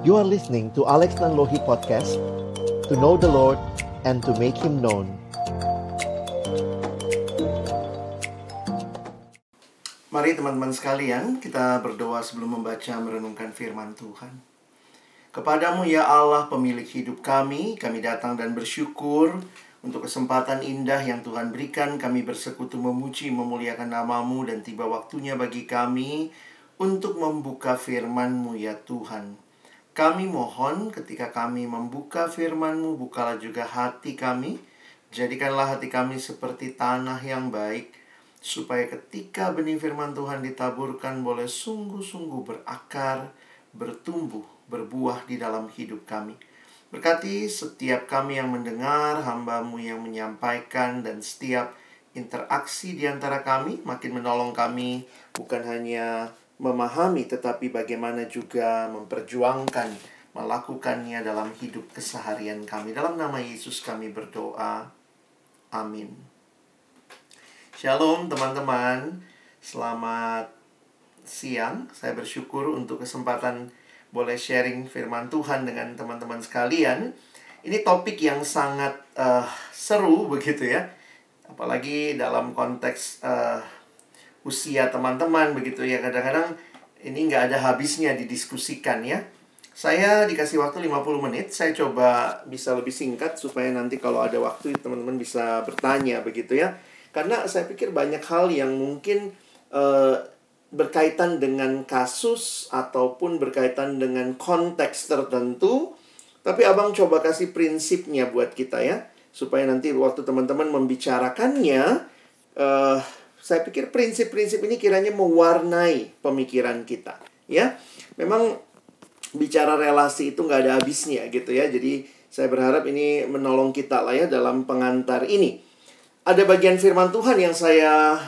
You are listening to Alex Nanlohi Podcast, to know the Lord and to make Him known. Mari teman-teman sekalian, kita berdoa sebelum membaca merenungkan firman Tuhan. Kepadamu ya Allah, pemilik hidup kami datang dan bersyukur untuk kesempatan indah yang Tuhan berikan. Kami bersekutu memuji, memuliakan nama-Mu, dan tiba waktunya bagi kami untuk membuka firman-Mu ya Tuhan. Kami mohon ketika kami membuka firman-Mu, bukalah juga hati kami. Jadikanlah hati kami seperti tanah yang baik, supaya ketika benih firman Tuhan ditaburkan boleh sungguh-sungguh berakar, bertumbuh, berbuah di dalam hidup kami. Berkati setiap kami yang mendengar, hamba-Mu yang menyampaikan, dan setiap interaksi di antara kami makin menolong kami, bukan hanya memahami, tetapi bagaimana juga memperjuangkan, melakukannya dalam hidup keseharian kami. Dalam nama Yesus kami berdoa. Amin. Shalom teman-teman. Selamat siang. Saya bersyukur untuk kesempatan boleh sharing firman Tuhan dengan teman-teman sekalian. Ini topik yang sangat seru begitu ya. Apalagi dalam konteks usia teman-teman begitu ya. Kadang-kadang ini nggak ada habisnya didiskusikan ya. Saya dikasih waktu 50 menit. Saya coba bisa lebih singkat supaya nanti kalau ada waktu teman-teman bisa bertanya begitu ya. Karena saya pikir banyak hal yang mungkin berkaitan dengan kasus ataupun berkaitan dengan konteks tertentu. Tapi Abang coba kasih prinsipnya buat kita ya. Supaya nanti waktu teman-teman membicarakannya, saya pikir prinsip-prinsip ini kiranya mewarnai pemikiran kita. Ya, memang bicara relasi itu nggak ada habisnya gitu ya. Jadi saya berharap ini menolong kita lah ya dalam pengantar ini. Ada bagian firman Tuhan yang saya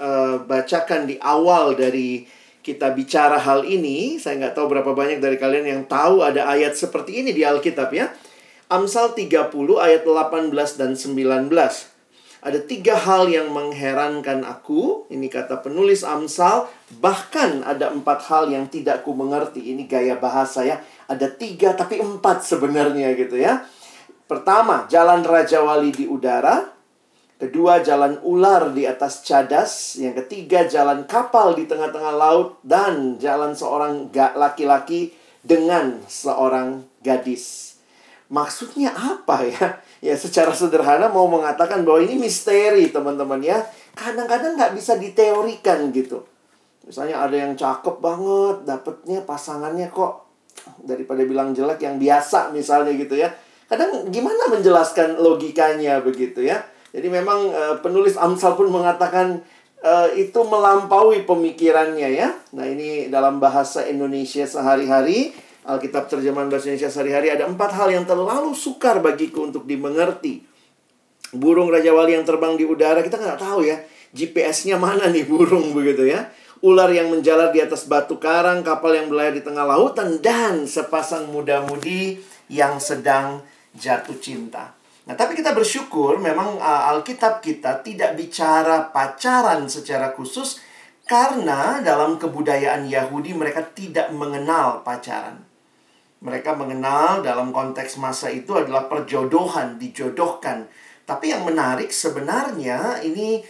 bacakan di awal dari kita bicara hal ini. Saya nggak tahu berapa banyak dari kalian yang tahu ada ayat seperti ini di Alkitab ya. Amsal 30 ayat 18 dan 19. Ada 3 hal yang mengherankan aku. Ini kata penulis Amsal. Bahkan ada 4 hal yang tidak ku mengerti. Ini gaya bahasa ya. Ada 3 tapi 4 sebenarnya gitu ya. Pertama, jalan Raja Wali di udara. Kedua, jalan ular di atas cadas. Yang ketiga, jalan kapal di tengah-tengah laut. Dan jalan seorang laki-laki dengan seorang gadis. Maksudnya apa ya? Ya secara sederhana mau mengatakan bahwa ini misteri teman-teman ya. Kadang-kadang nggak bisa diteorikan gitu. Misalnya ada yang cakep banget, dapetnya pasangannya kok daripada bilang jelek yang biasa misalnya gitu ya. Kadang gimana menjelaskan logikanya begitu ya. Jadi memang penulis Amsal pun mengatakan itu melampaui pemikirannya ya. Nah ini dalam bahasa Indonesia sehari-hari, Alkitab terjemahan bahasa Indonesia sehari-hari, ada 4 hal yang terlalu sukar bagiku untuk dimengerti. Burung Raja Wali yang terbang di udara, kita nggak tahu ya GPS-nya mana nih burung begitu ya. Ular yang menjalar di atas batu karang, kapal yang berlayar di tengah lautan, dan sepasang muda-mudi yang sedang jatuh cinta. Nah, tapi kita bersyukur memang Alkitab kita tidak bicara pacaran secara khusus, karena dalam kebudayaan Yahudi mereka tidak mengenal pacaran. Mereka mengenal dalam konteks masa itu adalah perjodohan, dijodohkan. Tapi yang menarik sebenarnya ini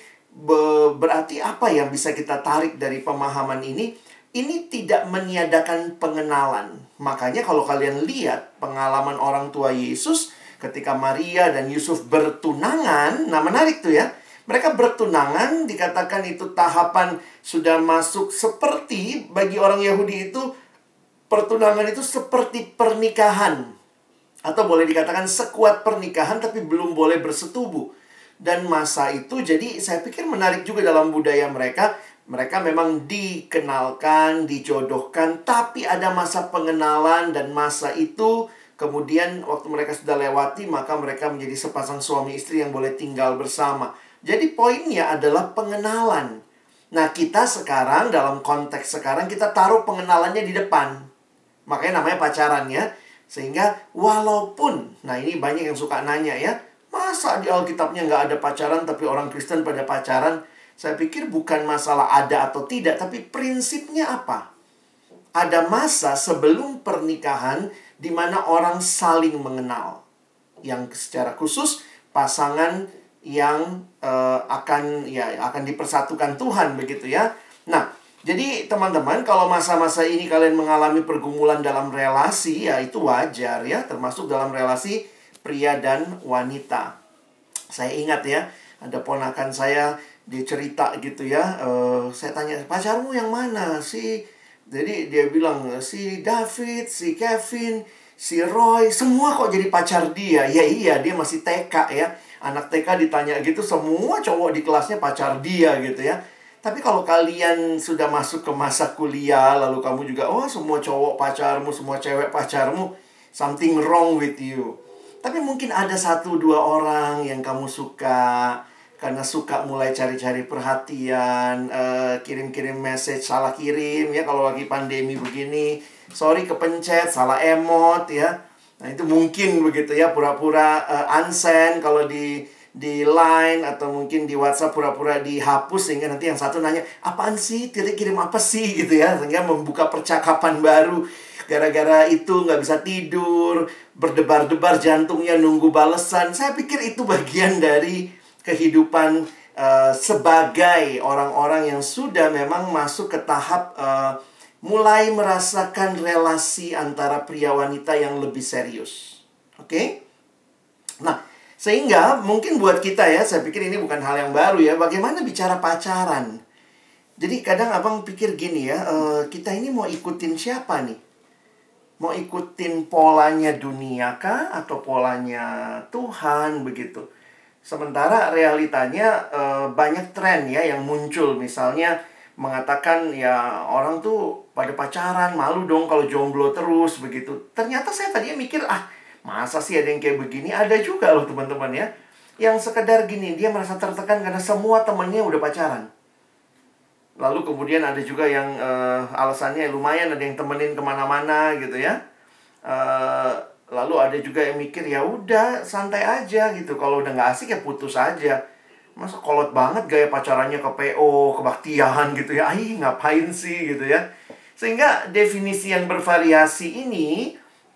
berarti apa yang bisa kita tarik dari pemahaman ini? Ini tidak meniadakan pengenalan. Makanya kalau kalian lihat pengalaman orang tua Yesus ketika Maria dan Yusuf bertunangan, nah menarik tuh ya. Mereka bertunangan, dikatakan itu tahapan sudah masuk seperti bagi orang Yahudi itu, pertunangan itu seperti pernikahan. Atau boleh dikatakan sekuat pernikahan tapi belum boleh bersetubuh. Dan masa itu jadi saya pikir menarik juga dalam budaya mereka. Mereka memang dikenalkan, dijodohkan, tapi ada masa pengenalan dan masa itu kemudian waktu mereka sudah lewati, maka mereka menjadi sepasang suami istri yang boleh tinggal bersama. Jadi poinnya adalah pengenalan. Nah kita sekarang dalam konteks sekarang kita taruh pengenalannya di depan. Makanya namanya pacaran ya. Sehingga walaupun, nah ini banyak yang suka nanya ya, masa di Alkitabnya nggak ada pacaran tapi orang Kristen pada pacaran? Saya pikir bukan masalah ada atau tidak, tapi prinsipnya apa? ada masa sebelum pernikahan di mana orang saling mengenal. Yang secara khusus pasangan yang akan dipersatukan Tuhan begitu ya. Nah, jadi teman-teman, kalau masa-masa ini kalian mengalami pergumulan dalam relasi, ya itu wajar ya, termasuk dalam relasi pria dan wanita. Saya ingat ya, ada ponakan saya, dia cerita gitu ya, saya tanya, pacarmu yang mana sih? Jadi dia bilang, si David, si Kevin, si Roy, semua kok jadi pacar dia. Ya iya, dia masih TK ya. Anak TK ditanya gitu, semua cowok di kelasnya pacar dia gitu ya. Tapi kalau kalian sudah masuk ke masa kuliah, lalu kamu juga, oh semua cowok pacarmu, semua cewek pacarmu, something wrong with you. Tapi mungkin ada 1-2 orang yang kamu suka, karena suka mulai cari-cari perhatian, kirim-kirim message salah kirim ya kalau lagi pandemi begini. Sorry kepencet, salah emot ya. Nah itu mungkin begitu ya, pura-pura unsend kalau di line atau mungkin di WhatsApp pura-pura dihapus sehingga nanti yang satu nanya, apaan sih? Kirim apa sih? Gitu ya, sehingga membuka percakapan baru. Gara-gara itu nggak bisa tidur, berdebar-debar jantungnya nunggu balesan. Saya pikir itu bagian dari kehidupan sebagai orang-orang yang sudah memang masuk ke tahap mulai merasakan relasi antara pria wanita yang lebih serius. Oke? Nah, sehingga mungkin buat kita ya, saya pikir ini bukan hal yang baru ya, bagaimana bicara pacaran. Jadi kadang abang pikir gini ya, kita ini mau ikutin siapa nih? Mau ikutin polanya dunia kah? Atau polanya Tuhan begitu? Sementara realitanya banyak tren ya yang muncul. Misalnya mengatakan ya orang tuh pada pacaran, malu dong kalau jomblo terus begitu. Ternyata saya tadinya mikir, masa sih ada yang kayak begini? Ada juga loh teman-teman ya, yang sekedar gini, dia merasa tertekan karena semua temannya udah pacaran. Lalu kemudian ada juga yang alasannya lumayan, ada yang temenin kemana-mana gitu ya. Lalu ada juga yang mikir ya udah santai aja gitu, kalau udah nggak asik ya putus aja. Masa kolot banget gaya pacarannya ke PO, kebaktian gitu ya. Ngapain sih gitu ya. Sehingga definisi yang bervariasi ini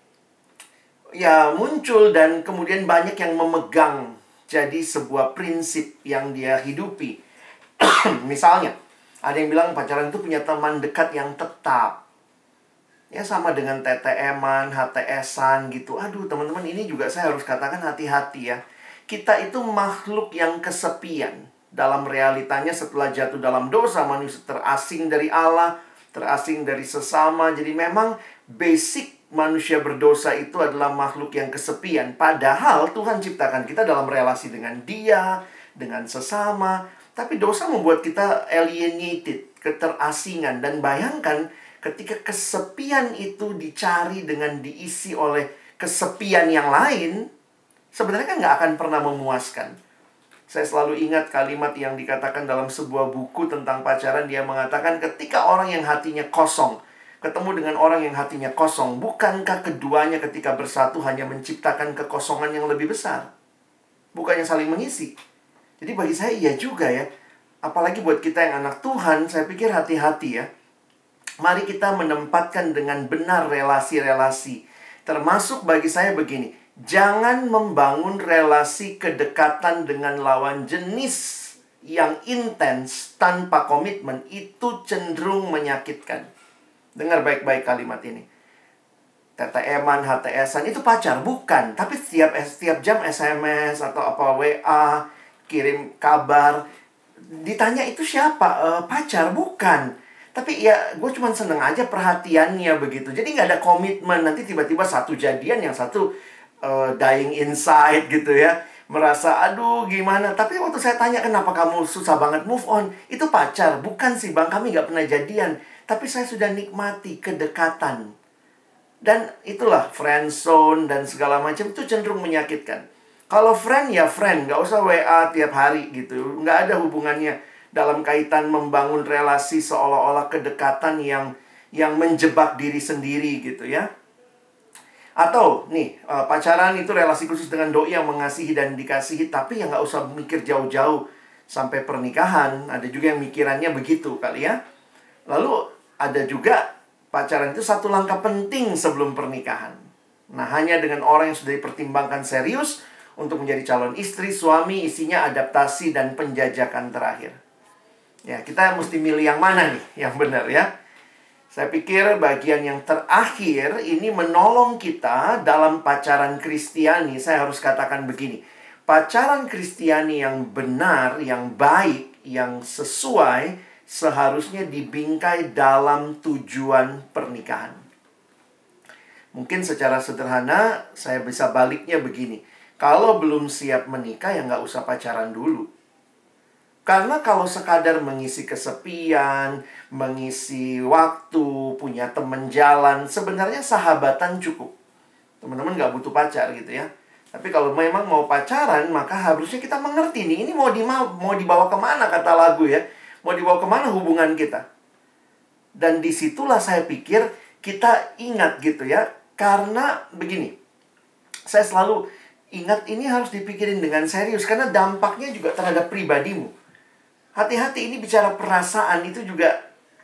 ya muncul dan kemudian banyak yang memegang jadi sebuah prinsip yang dia hidupi. Misalnya, ada yang bilang pacaran itu punya teman dekat yang tetap. Ya sama dengan TTM-an, HTS-an gitu. Aduh teman-teman, ini juga saya harus katakan hati-hati ya. Kita itu makhluk yang kesepian. Dalam realitanya setelah jatuh dalam dosa, manusia terasing dari Allah, terasing dari sesama. Jadi memang basic manusia berdosa itu adalah makhluk yang kesepian. Padahal Tuhan ciptakan kita dalam relasi dengan Dia, dengan sesama. Tapi dosa membuat kita alienated, keterasingan. Dan bayangkan ketika kesepian itu dicari dengan diisi oleh kesepian yang lain, sebenarnya kan nggak akan pernah memuaskan. Saya selalu ingat kalimat yang dikatakan dalam sebuah buku tentang pacaran. Dia mengatakan ketika orang yang hatinya kosong ketemu dengan orang yang hatinya kosong, bukankah keduanya ketika bersatu hanya menciptakan kekosongan yang lebih besar? Bukannya saling mengisi. Jadi bagi saya iya juga ya. Apalagi buat kita yang anak Tuhan, saya pikir hati-hati ya. Mari kita menempatkan dengan benar relasi-relasi. Termasuk bagi saya begini, jangan membangun relasi kedekatan dengan lawan jenis yang intens tanpa komitmen. Itu cenderung menyakitkan. Dengar baik-baik kalimat ini. TTM-an, HTS-an itu pacar? Bukan. Tapi setiap jam SMS atau WA, kirim kabar. Ditanya itu siapa? Pacar? Bukan. Tapi ya gue cuma seneng aja perhatiannya begitu. Jadi gak ada komitmen. Nanti tiba-tiba satu jadian, yang satu dying inside gitu ya. Merasa aduh gimana. Tapi waktu saya tanya kenapa kamu susah banget move on, itu pacar? Bukan sih bang, kami gak pernah jadian. Tapi saya sudah nikmati kedekatan. Dan itulah friendzone dan segala macam itu cenderung menyakitkan. Kalau friend ya friend, gak usah WA tiap hari gitu. Gak ada hubungannya dalam kaitan membangun relasi seolah-olah kedekatan yang menjebak diri sendiri gitu ya. Atau nih, pacaran itu relasi khusus dengan doi yang mengasihi dan dikasihi, tapi yang nggak usah mikir jauh-jauh sampai pernikahan. Ada juga yang mikirannya begitu kali ya. Lalu ada juga pacaran itu satu langkah penting sebelum pernikahan. Nah, hanya dengan orang yang sudah dipertimbangkan serius untuk menjadi calon istri, suami, isinya adaptasi dan penjajakan terakhir. Ya, kita mesti milih yang mana nih, yang benar ya. Saya pikir bagian yang terakhir ini menolong kita dalam pacaran Kristiani. Saya harus katakan begini. Pacaran Kristiani yang benar, yang baik, yang sesuai, seharusnya dibingkai dalam tujuan pernikahan. Mungkin secara sederhana, saya bisa baliknya begini. Kalau belum siap menikah, ya nggak usah pacaran dulu. Karena kalau sekadar mengisi kesepian, mengisi waktu, punya teman jalan, sebenarnya sahabatan cukup. Teman-teman nggak butuh pacar gitu ya. Tapi kalau memang mau pacaran, maka harusnya kita mengerti nih, ini mau dibawa kemana kata lagu ya. Mau dibawa kemana hubungan kita. Dan disitulah saya pikir kita ingat gitu ya. Karena begini, saya selalu ingat ini harus dipikirin dengan serius. Karena dampaknya juga terhadap pribadimu. Hati-hati, ini bicara perasaan itu juga,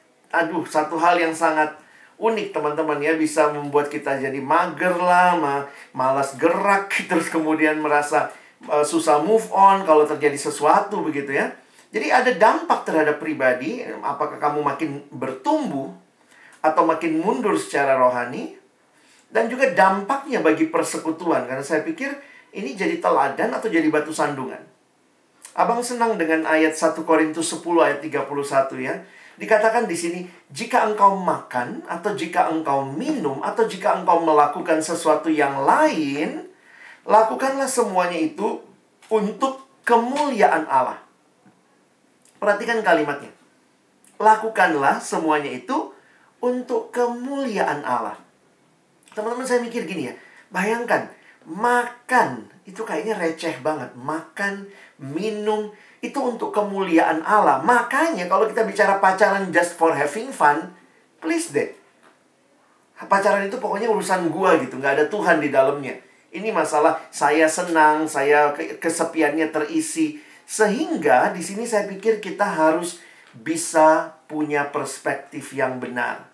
satu hal yang sangat unik teman-teman ya. Bisa membuat kita jadi mager lah, malas gerak, terus kemudian merasa susah move on kalau terjadi sesuatu begitu ya. Jadi ada dampak terhadap pribadi, apakah kamu makin bertumbuh atau makin mundur secara rohani. Dan juga dampaknya bagi persekutuan, karena saya pikir ini jadi teladan atau jadi batu sandungan. Abang senang dengan ayat 1 Korintus 10 ayat 31 ya. Dikatakan di sini, jika engkau makan, atau jika engkau minum, atau jika engkau melakukan sesuatu yang lain, lakukanlah semuanya itu untuk kemuliaan Allah. Perhatikan kalimatnya. Lakukanlah semuanya itu untuk kemuliaan Allah. Teman-teman, saya mikir gini ya. Bayangkan, makan itu kayaknya receh banget. Makan, minum, itu untuk kemuliaan Allah. Makanya kalau kita bicara pacaran just for having fun, please deh. Pacaran itu pokoknya urusan gua gitu. Nggak ada Tuhan di dalamnya. Ini masalah saya senang, saya kesepiannya terisi. Sehingga di sini saya pikir kita harus bisa punya perspektif yang benar.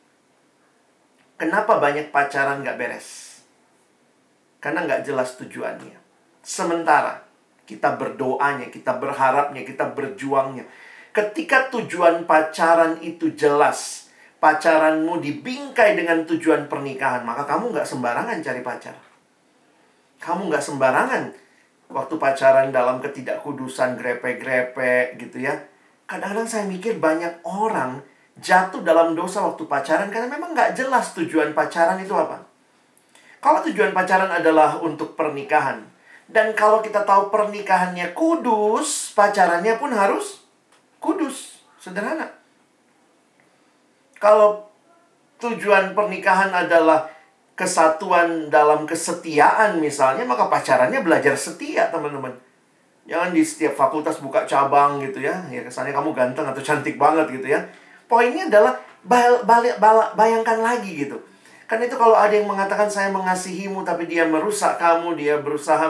Kenapa banyak pacaran nggak beres? Karena nggak jelas tujuannya. Sementara kita berdoanya, kita berharapnya, kita berjuangnya. Ketika tujuan pacaran itu jelas, pacaranmu dibingkai dengan tujuan pernikahan, maka kamu nggak sembarangan cari pacar. Kamu nggak sembarangan waktu pacaran dalam ketidakkudusan, grepe-grepe gitu ya. Kadang-kadang saya mikir banyak orang jatuh dalam dosa waktu pacaran karena memang nggak jelas tujuan pacaran itu apa. Kalau tujuan pacaran adalah untuk pernikahan, dan kalau kita tahu pernikahannya kudus, pacarannya pun harus kudus. Sederhana. Kalau tujuan pernikahan adalah kesatuan dalam kesetiaan misalnya, maka pacarannya belajar setia, teman-teman. Jangan di setiap fakultas buka cabang gitu ya. Ya kesannya kamu ganteng atau cantik banget gitu ya. Poinnya adalah bayangkan lagi gitu. Karena itu kalau ada yang mengatakan saya mengasihimu tapi dia merusak kamu, dia berusaha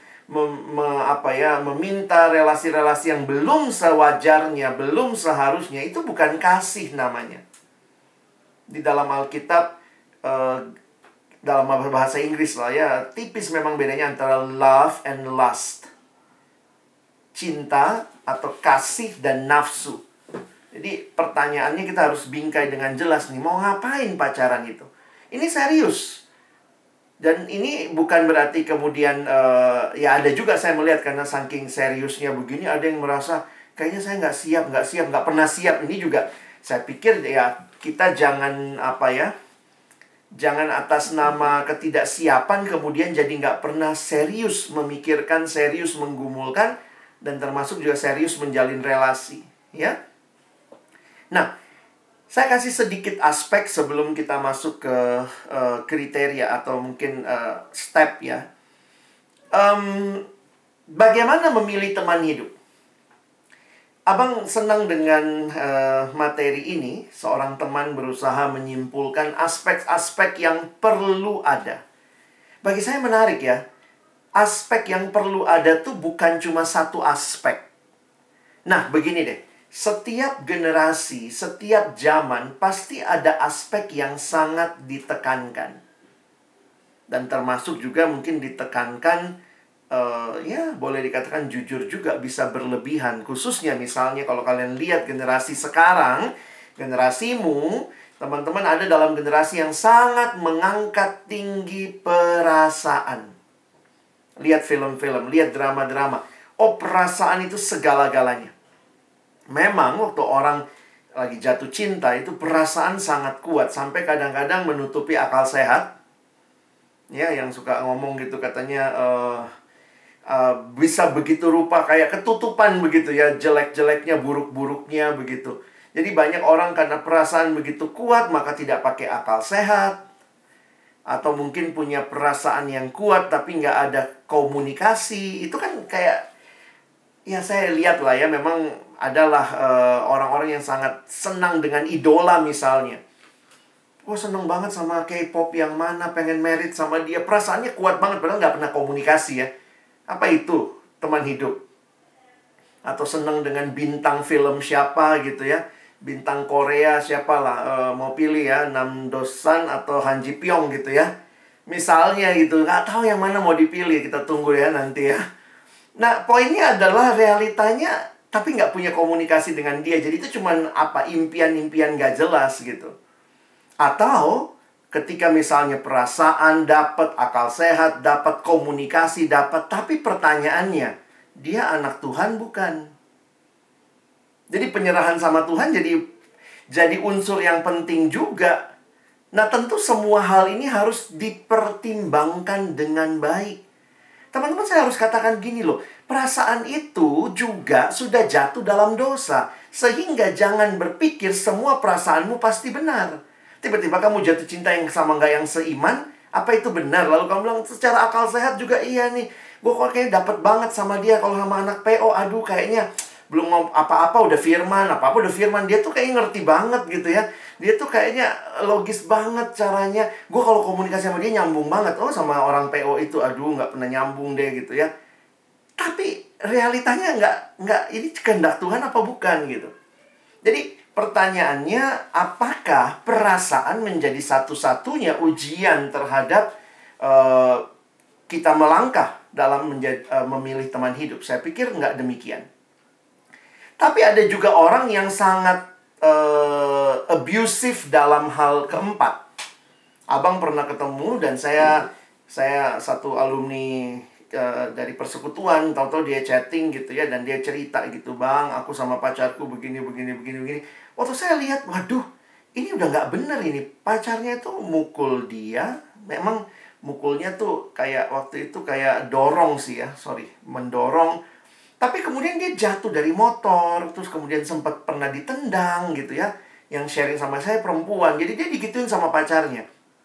meminta relasi-relasi yang belum sewajarnya, belum seharusnya, itu bukan kasih namanya. Di dalam Alkitab, dalam bahasa Inggris lah ya, tipis memang bedanya antara love and lust. Cinta atau kasih dan nafsu. Jadi pertanyaannya kita harus bingkai dengan jelas nih, mau ngapain pacaran itu? Ini serius. Dan ini bukan berarti kemudian, ya ada juga saya melihat karena saking seriusnya begini, ada yang merasa kayaknya saya nggak siap, nggak pernah siap. Ini juga saya pikir ya kita jangan jangan atas nama ketidaksiapan kemudian jadi nggak pernah serius memikirkan, serius menggumulkan, dan termasuk juga serius menjalin relasi. Ya. Nah, saya kasih sedikit aspek sebelum kita masuk ke kriteria atau mungkin step ya. Bagaimana memilih teman hidup? Abang senang dengan materi ini. Seorang teman berusaha menyimpulkan aspek-aspek yang perlu ada. Bagi saya menarik ya. Aspek yang perlu ada tuh bukan cuma satu aspek. Nah, begini deh. setiap generasi, setiap zaman pasti ada aspek yang sangat ditekankan. Dan termasuk juga mungkin ditekankan, ya boleh dikatakan jujur juga bisa berlebihan. Khususnya misalnya kalau kalian lihat generasi sekarang, generasimu, teman-teman ada dalam generasi yang sangat mengangkat tinggi perasaan. Lihat film-film, lihat drama-drama. Oh, perasaan itu segala-galanya. Memang waktu orang lagi jatuh cinta itu perasaan sangat kuat. Sampai kadang-kadang menutupi akal sehat. Ya, yang suka ngomong gitu katanya bisa begitu rupa kayak ketutupan begitu ya. Jelek-jeleknya, buruk-buruknya begitu. Jadi banyak orang karena perasaan begitu kuat maka tidak pakai akal sehat. Atau mungkin punya perasaan yang kuat tapi nggak ada komunikasi. Itu kan kayak, ya saya lihat lah ya, memang adalah orang-orang yang sangat senang dengan idola misalnya. Oh, seneng banget sama K-pop yang mana, pengen merit sama dia. Perasaannya kuat banget, padahal nggak pernah komunikasi ya. Apa itu teman hidup? Atau seneng dengan bintang film siapa gitu ya. Bintang Korea siapa lah, mau pilih ya, Nam Do-san atau Han Ji Pyong gitu ya. Misalnya gitu, nggak tahu yang mana mau dipilih, kita tunggu ya nanti ya. Nah, poinnya adalah realitanya tapi nggak punya komunikasi dengan dia. Jadi itu cuman apa, impian-impian nggak jelas gitu. Atau ketika misalnya perasaan dapat, akal sehat dapat, komunikasi dapat, tapi pertanyaannya, dia anak Tuhan bukan? Jadi penyerahan sama Tuhan jadi unsur yang penting juga. Nah, tentu semua hal ini harus dipertimbangkan dengan baik. Teman-teman, saya harus katakan gini loh, perasaan itu juga sudah jatuh dalam dosa. Sehingga jangan berpikir semua perasaanmu pasti benar. Tiba-tiba kamu jatuh cinta yang sama nggak yang seiman, apa itu benar? Lalu kamu bilang, secara akal sehat juga iya nih. Gue kok kayaknya dapet banget sama dia. Kalau sama anak PO, aduh kayaknya belum apa-apa udah firman, apa-apa udah firman. Dia tuh kayaknya ngerti banget gitu ya. Dia tuh kayaknya logis banget caranya. Gue kalau komunikasi sama dia nyambung banget. Oh, sama orang PO itu, aduh nggak pernah nyambung deh gitu ya. Tapi realitanya nggak ini kehendak Tuhan apa bukan gitu. Jadi pertanyaannya, apakah perasaan menjadi satu-satunya ujian terhadap kita melangkah dalam memilih teman hidup? Saya pikir nggak demikian. Tapi ada juga orang yang sangat abusive dalam hal keempat. Abang pernah ketemu dan saya satu alumni dari persekutuan, tahu-tahu dia chatting gitu ya, dan dia cerita gitu, bang, aku sama pacarku begini. Waktu saya lihat, waduh, ini udah nggak bener ini. Pacarnya tuh mukul dia, memang mukulnya tuh kayak waktu itu kayak dorong sih ya, mendorong. Tapi kemudian dia jatuh dari motor, terus kemudian sempat pernah ditendang gitu ya. Yang sharing sama saya perempuan, jadi dia digituin sama pacarnya.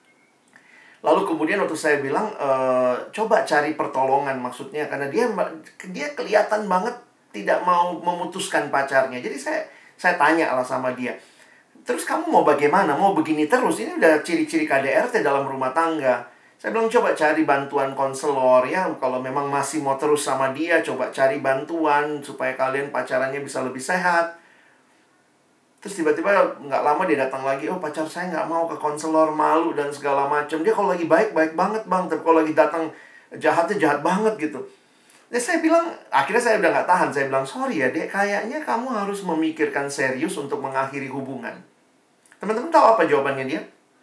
Lalu kemudian waktu saya bilang, coba cari pertolongan maksudnya. Karena dia kelihatan banget tidak mau memutuskan pacarnya. Jadi saya tanya lah sama dia, terus kamu mau bagaimana? Mau begini terus? Ini udah ciri-ciri KDRT dalam rumah tangga. Saya bilang coba cari bantuan konselor ya. Kalau memang masih mau terus sama dia, coba cari bantuan supaya kalian pacarannya bisa lebih sehat. Terus tiba-tiba nggak lama dia datang lagi, oh pacar saya nggak mau ke konselor, malu dan segala macam. Dia kalau lagi baik banget bang, tapi kalau lagi datang jahatnya jahat banget gitu. Jadi saya bilang, akhirnya saya udah nggak tahan. Saya bilang, sorry ya dek, kayaknya kamu harus memikirkan serius untuk mengakhiri hubungan. Teman-teman tahu apa jawabannya dia?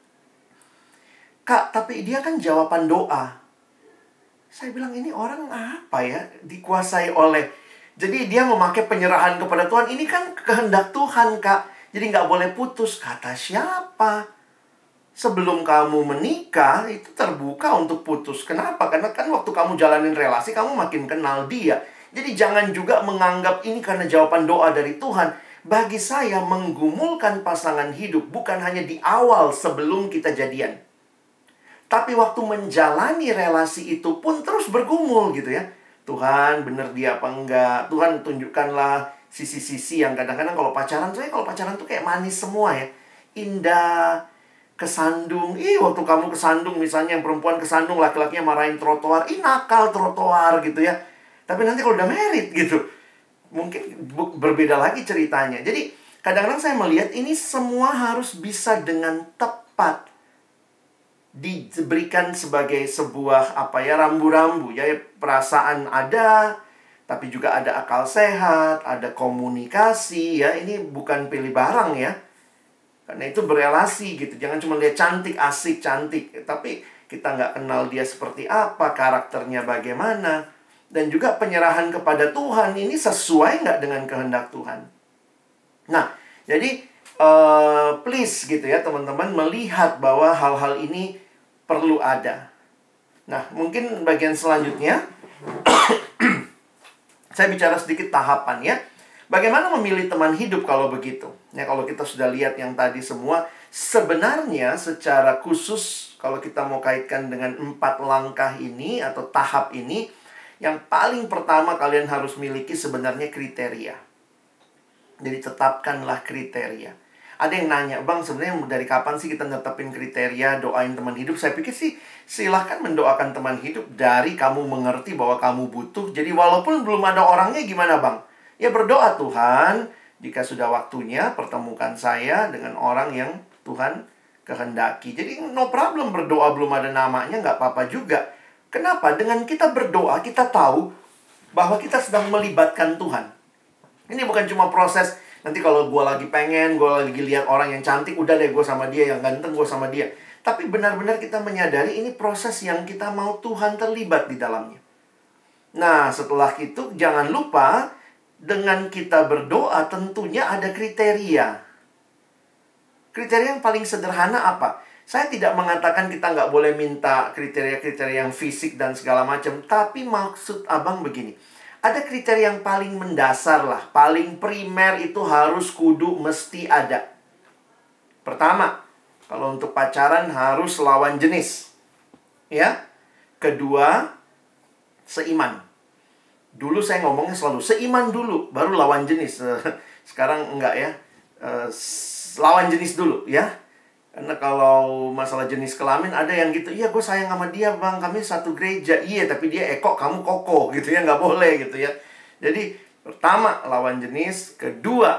Kak, tapi dia kan jawaban doa. Saya bilang, ini orang apa ya? Dikuasai oleh... Jadi dia memakai penyerahan kepada Tuhan. Ini kan kehendak Tuhan, Kak. Jadi nggak boleh putus. Kata siapa? Sebelum kamu menikah, itu terbuka untuk putus. Kenapa? Karena kan waktu kamu jalanin relasi, kamu makin kenal dia. Jadi jangan juga menganggap ini karena jawaban doa dari Tuhan. Bagi saya, menggumulkan pasangan hidup bukan hanya di awal sebelum kita jadian. Tapi waktu menjalani relasi itu pun terus bergumul gitu ya. Tuhan, bener dia apa enggak? Tuhan, tunjukkanlah sisi-sisi yang kadang-kadang kalau pacaran tuh kayak manis semua ya. Indah, kesandung. Waktu kamu kesandung misalnya, yang perempuan kesandung, laki-lakinya marahin trotoar. Nakal trotoar gitu ya. Tapi nanti kalau udah married gitu, mungkin berbeda lagi ceritanya. Jadi kadang-kadang saya melihat ini semua harus bisa dengan tepat diberikan sebagai sebuah rambu-rambu ya, perasaan ada, tapi juga ada akal sehat, ada komunikasi ya. Ini bukan pilih barang ya. Karena itu berelasi gitu. Jangan cuma lihat cantik, asik, cantik. Tapi kita nggak kenal dia seperti apa, karakternya bagaimana. Dan juga penyerahan kepada Tuhan ini sesuai nggak dengan kehendak Tuhan. Nah, jadi please gitu ya teman-teman, melihat bahwa hal-hal ini perlu ada. Nah, mungkin bagian selanjutnya saya bicara sedikit tahapan ya. Bagaimana memilih teman hidup kalau begitu? Ya, kalau kita sudah lihat yang tadi semua, sebenarnya secara khusus kalau kita mau kaitkan dengan 4 langkah ini atau tahap ini, yang paling pertama kalian harus miliki sebenarnya kriteria. Jadi tetapkanlah kriteria. Ada yang nanya, Bang, sebenarnya dari kapan sih kita netepin kriteria doain teman hidup? Saya pikir sih silahkan mendoakan teman hidup dari kamu mengerti bahwa kamu butuh. Jadi walaupun belum ada orangnya, gimana Bang? Ya berdoa, Tuhan, jika sudah waktunya pertemukan saya dengan orang yang Tuhan kehendaki. Jadi no problem berdoa belum ada namanya, nggak apa-apa juga. Kenapa? Dengan kita berdoa, kita tahu bahwa kita sedang melibatkan Tuhan. Ini bukan cuma proses, nanti kalau gue lagi pengen, gue lagi lihat orang yang cantik, udah deh gue sama dia, yang ganteng gue sama dia. Tapi benar-benar kita menyadari ini proses yang kita mau Tuhan terlibat di dalamnya. Nah, setelah itu jangan lupa, dengan kita berdoa tentunya ada kriteria. Kriteria yang paling sederhana apa? Saya tidak mengatakan kita nggak boleh minta kriteria-kriteria yang fisik dan segala macam. Tapi maksud abang begini. Ada kriteria yang paling mendasar lah. Paling primer itu harus kudu mesti ada. Pertama, kalau untuk pacaran harus lawan jenis. Ya. Kedua, seiman. Dulu saya ngomongnya selalu seiman dulu, baru lawan jenis. Sekarang enggak ya. Lawan jenis dulu ya. Karena kalau masalah jenis kelamin ada yang gitu, iya gue sayang sama dia bang, kami satu gereja. Iya tapi dia eko, kamu koko gitu ya, nggak boleh gitu ya. Jadi pertama lawan jenis, kedua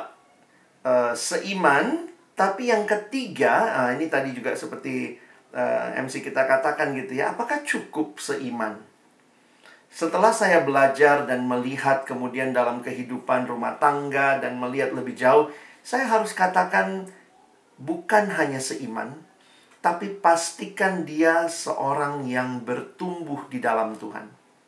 seiman. Tapi yang ketiga, ini tadi juga seperti MC kita katakan gitu ya, apakah cukup seiman? Setelah saya belajar dan melihat kemudian dalam kehidupan rumah tangga dan melihat lebih jauh, saya harus katakan bukan hanya seiman, tapi pastikan dia seorang yang bertumbuh di dalam Tuhan.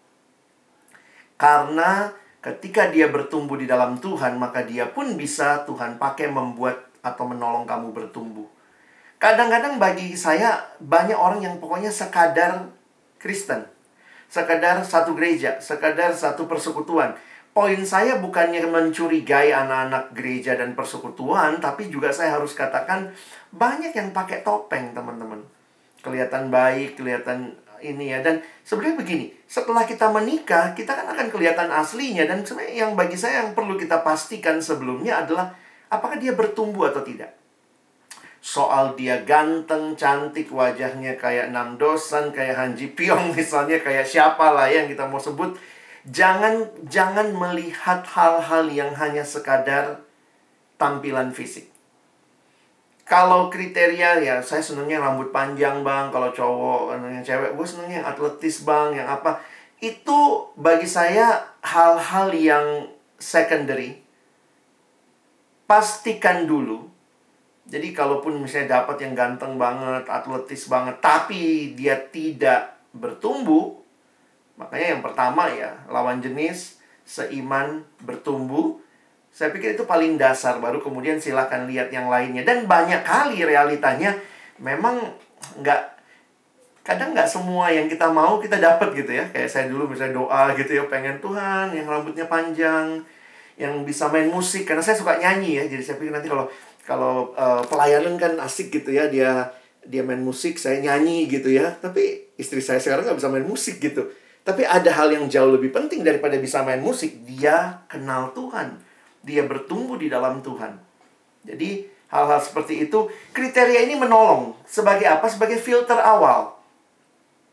Karena ketika dia bertumbuh di dalam Tuhan, maka dia pun bisa Tuhan pakai membuat atau menolong kamu bertumbuh. Kadang-kadang bagi saya, banyak orang yang pokoknya sekadar Kristen, sekadar satu gereja, sekadar satu persekutuan. Poin saya bukannya mencurigai anak-anak gereja dan persekutuan, tapi juga saya harus katakan banyak yang pakai topeng, teman-teman. Kelihatan baik, kelihatan ini ya. Dan sebenarnya begini, setelah kita menikah, kita kan akan kelihatan aslinya. Dan sebenarnya yang bagi saya yang perlu kita pastikan sebelumnya adalah apakah dia bertumbuh atau tidak. Soal dia ganteng, cantik, wajahnya kayak Nam Dosan, kayak Han Ji Pyong misalnya, kayak siapa lah yang kita mau sebut. Jangan melihat hal-hal yang hanya sekadar tampilan fisik. Kalau kriteria ya, saya senangnya rambut panjang bang. Kalau cowok, yang cewek, gue senangnya yang atletis bang, yang apa. Itu bagi saya hal-hal yang secondary. Pastikan dulu. Jadi kalaupun misalnya dapat yang ganteng banget, atletis banget, tapi dia tidak bertumbuh, makanya yang pertama ya, lawan jenis, seiman, bertumbuh. Saya pikir itu paling dasar, baru kemudian silakan lihat yang lainnya. Dan banyak kali realitanya memang kadang nggak semua yang kita mau kita dapat gitu ya. Kayak saya dulu misalnya doa gitu ya, pengen Tuhan yang rambutnya panjang, yang bisa main musik. Karena saya suka nyanyi ya, jadi saya pikir nanti kalau pelayanan kan asik gitu ya, dia main musik, saya nyanyi gitu ya. Tapi istri saya sekarang nggak bisa main musik gitu. Tapi ada hal yang jauh lebih penting daripada bisa main musik. Dia kenal Tuhan. Dia bertumbuh di dalam Tuhan. Jadi hal-hal seperti itu, kriteria ini menolong. Sebagai apa? Sebagai filter awal.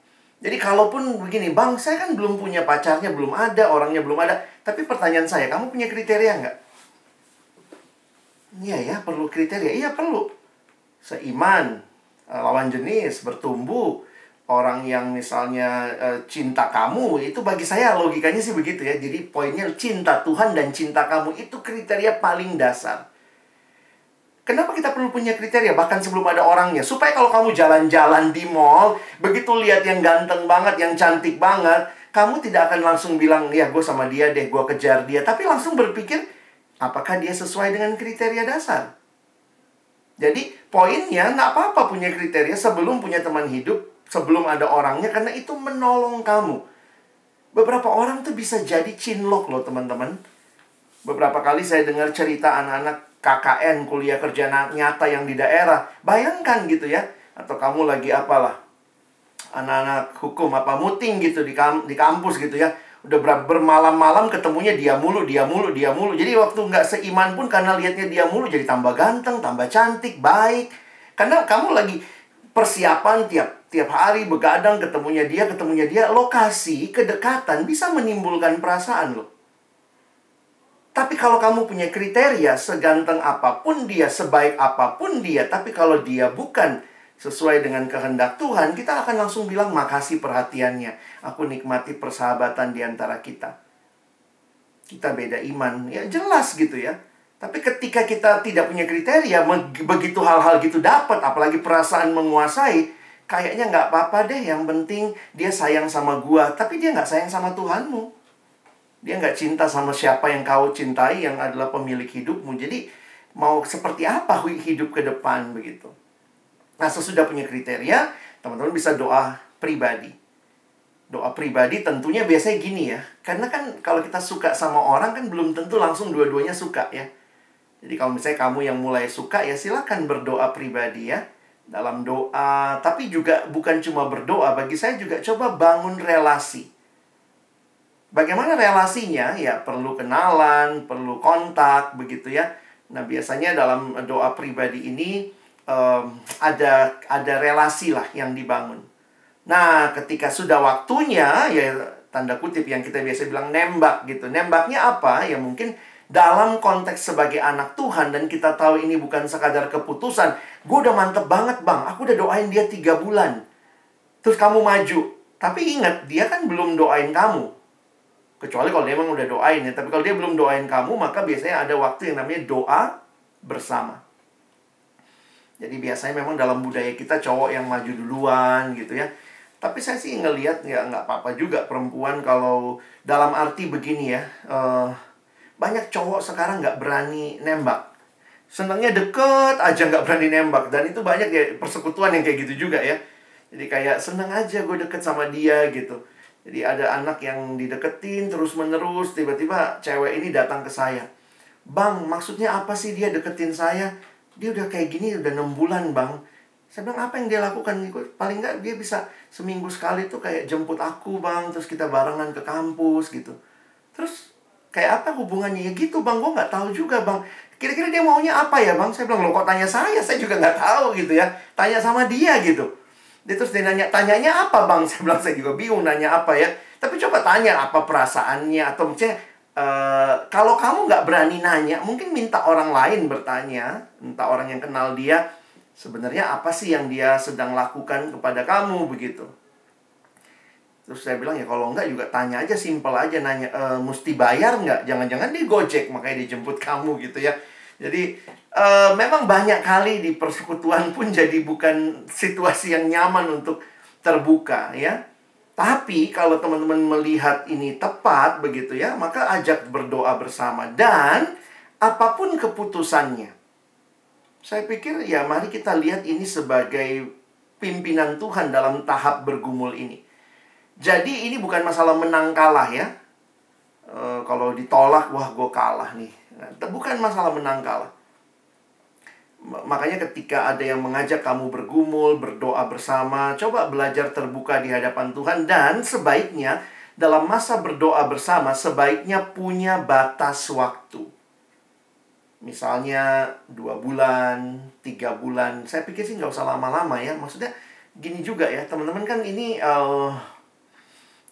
Jadi kalaupun begini, Bang, saya kan belum punya pacarnya, belum ada, orangnya belum ada. Tapi pertanyaan saya, kamu punya kriteria nggak? Iya ya, perlu kriteria. Iya, perlu. Seiman, lawan jenis, bertumbuh, orang yang misalnya cinta kamu, itu bagi saya logikanya sih begitu ya. Jadi poinnya cinta Tuhan dan cinta kamu itu kriteria paling dasar. Kenapa kita perlu punya kriteria bahkan sebelum ada orangnya? Supaya kalau kamu jalan-jalan di mall, begitu lihat yang ganteng banget, yang cantik banget, kamu tidak akan langsung bilang, ya gue sama dia deh, gue kejar dia. Tapi langsung berpikir, apakah dia sesuai dengan kriteria dasar? Jadi poinnya, nggak apa-apa punya kriteria sebelum punya teman hidup, sebelum ada orangnya, karena itu menolong kamu. Beberapa orang tuh bisa jadi cinlok loh teman-teman. Beberapa kali saya dengar cerita anak-anak KKN, kuliah kerja nyata yang di daerah. Bayangkan gitu ya. Atau kamu lagi apalah, anak-anak hukum apa muting gitu di kampus gitu ya. Udah bermalam-malam ketemunya dia mulu. Jadi waktu nggak seiman pun karena lihatnya dia mulu jadi tambah ganteng, tambah cantik, baik. Karena kamu lagi persiapan tiap hari begadang ketemunya dia. Lokasi, kedekatan bisa menimbulkan perasaan loh. Tapi kalau kamu punya kriteria, seganteng apapun dia, sebaik apapun dia, tapi kalau dia bukan sesuai dengan kehendak Tuhan, kita akan langsung bilang makasih perhatiannya. Aku nikmati persahabatan di antara kita. Kita beda iman, ya jelas gitu ya. Tapi ketika kita tidak punya kriteria, begitu hal-hal gitu dapat, apalagi perasaan menguasai, kayaknya nggak apa-apa deh, yang penting dia sayang sama gua, tapi dia nggak sayang sama Tuhanmu. Dia nggak cinta sama siapa yang kau cintai, yang adalah pemilik hidupmu. Jadi, mau seperti apa hidup ke depan begitu. Nah, sesudah punya kriteria, teman-teman bisa doa pribadi. Doa pribadi tentunya biasanya gini ya. Karena kan kalau kita suka sama orang kan belum tentu langsung dua-duanya suka ya. Jadi kalau misalnya kamu yang mulai suka ya silakan berdoa pribadi ya. Dalam doa, tapi juga bukan cuma berdoa. Bagi saya juga coba bangun relasi. Bagaimana relasinya? Ya perlu kenalan, perlu kontak, begitu ya. Nah biasanya dalam doa pribadi ini ada relasi lah yang dibangun. Nah ketika sudah waktunya, ya tanda kutip yang kita biasa bilang nembak gitu. Nembaknya apa? Ya mungkin dalam konteks sebagai anak Tuhan dan kita tahu ini bukan sekadar keputusan. Gue udah mantep banget bang, aku udah doain dia 3 bulan. Terus kamu maju. Tapi ingat, dia kan belum doain kamu. Kecuali kalau dia memang udah doain ya. Tapi kalau dia belum doain kamu, maka biasanya ada waktu yang namanya doa bersama. Jadi biasanya memang dalam budaya kita cowok yang maju duluan gitu ya. Tapi saya sih ngelihat ya nggak apa-apa juga perempuan kalau dalam arti begini ya. Banyak cowok sekarang nggak berani nembak. Senangnya deket aja nggak berani nembak. Dan itu banyak ya persekutuan yang kayak gitu juga ya. Jadi kayak senang aja gue deket sama dia gitu. Jadi ada anak yang dideketin terus-menerus, tiba-tiba cewek ini datang ke saya. Bang, maksudnya apa sih dia deketin saya? Dia udah kayak gini udah 6 bulan bang. Saya bilang apa yang dia lakukan? Paling nggak dia bisa seminggu sekali tuh kayak jemput aku bang. Terus kita barengan ke kampus gitu. Terus kayak apa hubungannya? Ya gitu bang, gue nggak tahu juga bang. Kira-kira dia maunya apa ya bang? Saya bilang, lo kok tanya saya juga nggak tahu gitu ya. Tanya sama dia gitu. Terus dia nanya, tanyanya apa bang? Saya bilang, saya juga bingung nanya apa ya. Tapi coba tanya apa perasaannya. Atau maksudnya, kalau kamu nggak berani nanya, mungkin minta orang lain bertanya. Minta orang yang kenal dia. Sebenarnya apa sih yang dia sedang lakukan kepada kamu begitu. Terus saya bilang, ya kalau enggak juga tanya aja, simpel aja nanya, mesti bayar nggak? Jangan-jangan dia Gojek, makanya dia jemput kamu gitu ya. Jadi memang banyak kali di persekutuan pun jadi bukan situasi yang nyaman untuk terbuka ya. Tapi kalau teman-teman melihat ini tepat begitu ya, maka ajak berdoa bersama. Dan apapun keputusannya, saya pikir ya mari kita lihat ini sebagai pimpinan Tuhan dalam tahap bergumul ini. Jadi ini bukan masalah menang kalah ya. Kalau ditolak, wah gue kalah nih. Bukan masalah menang kalah. Makanya ketika ada yang mengajak kamu bergumul, berdoa bersama, coba belajar terbuka di hadapan Tuhan. Dan sebaiknya dalam masa berdoa bersama, sebaiknya punya batas waktu. Misalnya 2 bulan, 3 bulan. Saya pikir sih nggak usah lama-lama ya. Maksudnya gini juga ya, teman-teman kan ini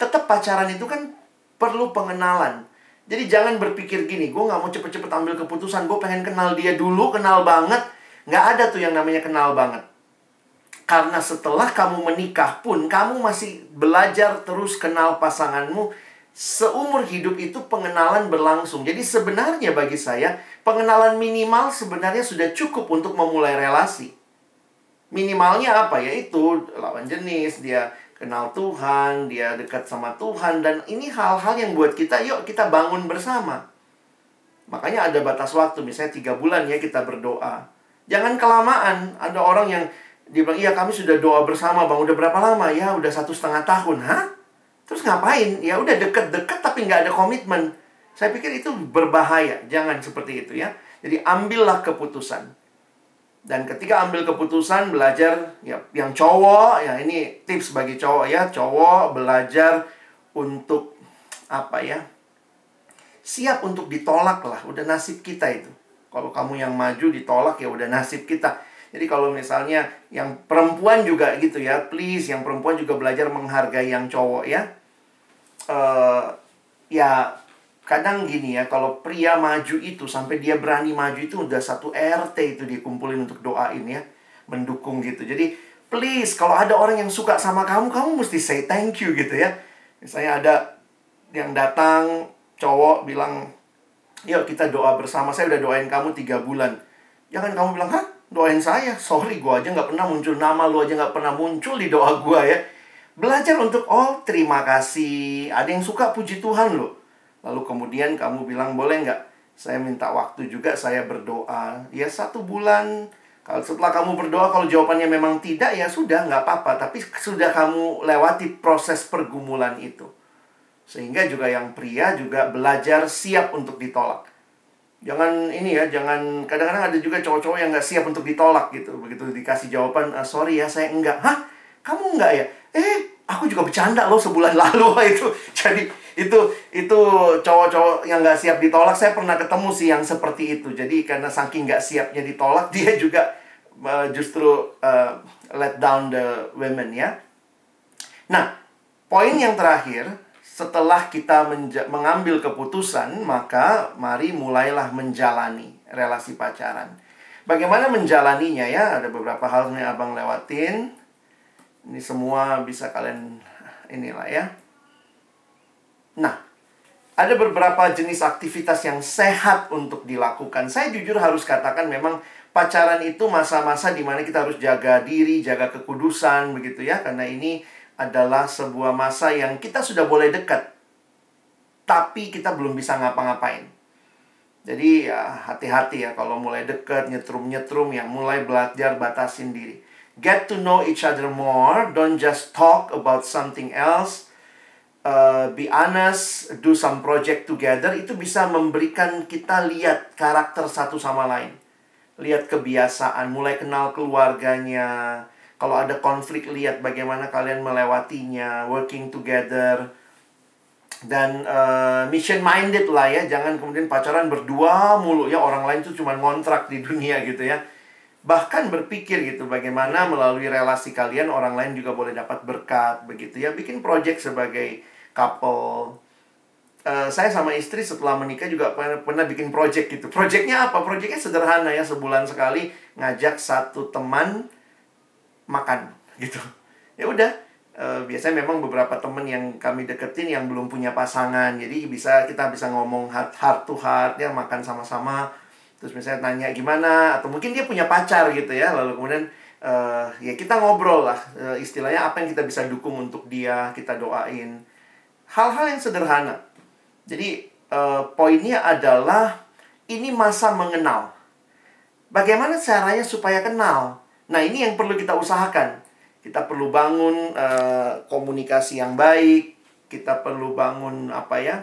tetap pacaran itu kan perlu pengenalan. Jadi jangan berpikir gini, gue gak mau cepet-cepet ambil keputusan, gue pengen kenal dia dulu, kenal banget. Gak ada tuh yang namanya kenal banget. Karena setelah kamu menikah pun, kamu masih belajar terus kenal pasanganmu. Seumur hidup itu pengenalan berlangsung. Jadi sebenarnya bagi saya, pengenalan minimal sebenarnya sudah cukup untuk memulai relasi. Minimalnya apa? Yaitu lawan jenis, dia kenal Tuhan, dia dekat sama Tuhan. Dan ini hal-hal yang buat kita, yuk kita bangun bersama. Makanya ada batas waktu, misalnya 3 bulan ya kita berdoa. Jangan kelamaan. Ada orang yang dia bilang, iya kami sudah doa bersama bang, udah berapa lama? Ya udah 1,5 tahun. Hah? Terus ngapain? Ya udah deket-deket tapi nggak ada komitmen. Saya pikir itu berbahaya. Jangan seperti itu ya. Jadi ambillah keputusan. Dan ketika ambil keputusan, belajar ya, yang cowok, ya ini tips bagi cowok ya. Cowok belajar untuk apa ya? Siap untuk ditolak lah. Udah nasib kita itu. Kalau kamu yang maju ditolak ya udah nasib kita. Jadi kalau misalnya yang perempuan juga gitu ya, please yang perempuan juga belajar menghargai yang cowok ya. Ya kadang gini ya, kalau pria maju itu sampai dia berani maju itu udah satu RT itu dikumpulin untuk doain ya, mendukung gitu. Jadi please kalau ada orang yang suka sama kamu, kamu mesti say thank you gitu ya. Misalnya ada yang datang cowok bilang, yuk kita doa bersama, saya udah doain kamu 3 bulan. Jangan kamu bilang, hah? Doain saya? Sorry, gue aja gak pernah muncul, nama lu aja gak pernah muncul di doa gue ya. Belajar untuk, oh terima kasih, ada yang suka puji Tuhan loh. Lalu kemudian kamu bilang, boleh nggak saya minta waktu juga, saya berdoa. Ya 1 bulan. Kalau setelah kamu berdoa, kalau jawabannya memang tidak, ya sudah, nggak apa-apa. Tapi sudah kamu lewati proses pergumulan itu. Sehingga juga yang pria juga belajar siap untuk ditolak. Jangan ini ya, jangan, kadang-kadang ada juga cowok-cowok yang nggak siap untuk ditolak gitu. Begitu dikasih jawaban, sorry ya saya enggak. Hah? Kamu enggak ya? Aku juga bercanda loh sebulan lalu itu. Jadi itu cowok-cowok yang nggak siap ditolak. Saya pernah ketemu sih yang seperti itu. Jadi karena saking nggak siapnya ditolak, dia juga justru let down the women ya. Nah, poin yang terakhir, setelah kita mengambil keputusan, maka mari mulailah menjalani relasi pacaran. Bagaimana menjalaninya ya? Ada beberapa hal yang abang lewatin. Ini semua bisa kalian inilah ya. Nah, ada beberapa jenis aktivitas yang sehat untuk dilakukan. Saya jujur harus katakan memang pacaran itu masa-masa di mana kita harus jaga diri, jaga kekudusan begitu ya. Karena ini adalah sebuah masa yang kita sudah boleh dekat, tapi kita belum bisa ngapa-ngapain. Jadi ya hati-hati ya kalau mulai dekat, nyetrum-nyetrum ya, mulai belajar batasin diri. Get to know each other more. Don't just talk about something else. Be honest. Do some project together. Itu bisa memberikan kita lihat karakter satu sama lain. Lihat kebiasaan. Mulai kenal keluarganya. Kalau ada konflik, lihat bagaimana kalian melewatinya. Working together. Dan mission minded lah ya. Jangan kemudian pacaran berdua mulu ya. Orang lain tuh cuma ngontrak di dunia gitu ya. Bahkan berpikir gitu, bagaimana melalui relasi kalian orang lain juga boleh dapat berkat begitu ya. Bikin project sebagai couple. Saya sama istri setelah menikah juga pernah bikin project gitu. Projectnya apa? Projectnya sederhana ya, sebulan sekali ngajak satu teman makan gitu. Ya udah, biasanya memang beberapa teman yang kami deketin yang belum punya pasangan. Jadi kita bisa ngomong heart to heart ya, makan sama-sama. Terus misalnya tanya gimana, atau mungkin dia punya pacar gitu ya. Lalu kemudian ya kita ngobrol lah, istilahnya apa yang kita bisa dukung untuk dia, kita doain. Hal-hal yang sederhana. Jadi poinnya adalah ini masa mengenal. Bagaimana caranya supaya kenal? Nah ini yang perlu kita usahakan. Kita perlu bangun komunikasi yang baik. Kita perlu bangun apa ya,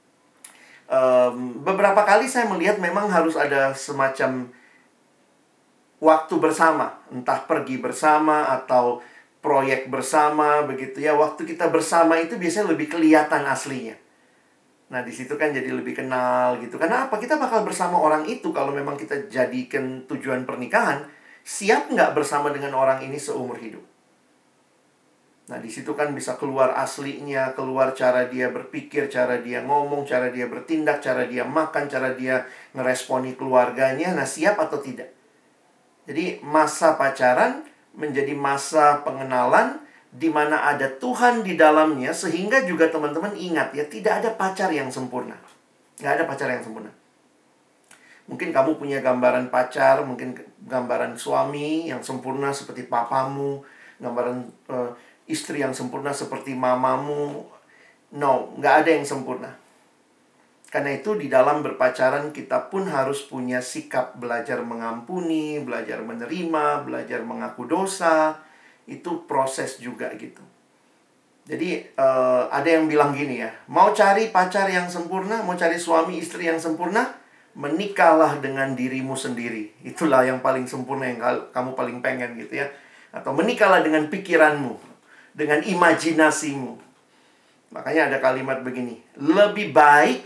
beberapa kali saya melihat memang harus ada semacam waktu bersama. Entah pergi bersama atau proyek bersama begitu ya. Waktu kita bersama itu biasanya lebih kelihatan aslinya. Nah di situ kan jadi lebih kenal gitu. Karena apa? Kita bakal bersama orang itu kalau memang kita jadikan tujuan pernikahan. Siap nggak bersama dengan orang ini seumur hidup? Nah, di situ kan bisa keluar aslinya, keluar cara dia berpikir, cara dia ngomong, cara dia bertindak, cara dia makan, cara dia ngeresponi keluarganya. Nah, siap atau tidak? Jadi, masa pacaran menjadi masa pengenalan di mana ada Tuhan di dalamnya, sehingga juga teman-teman ingat ya, tidak ada pacar yang sempurna. Nggak ada pacar yang sempurna. Mungkin kamu punya gambaran pacar, mungkin gambaran suami yang sempurna seperti papamu, gambaran istri yang sempurna seperti mamamu. No, nggak ada yang sempurna. Karena itu di dalam berpacaran kita pun harus punya sikap belajar mengampuni, belajar menerima, belajar mengaku dosa. Itu proses juga gitu. Jadi ada yang bilang gini ya, mau cari pacar yang sempurna, mau cari suami istri yang sempurna, menikahlah dengan dirimu sendiri. Itulah yang paling sempurna, yang kamu paling pengen gitu ya. Atau menikahlah dengan pikiranmu, dengan imajinasimu. Makanya ada kalimat begini, lebih baik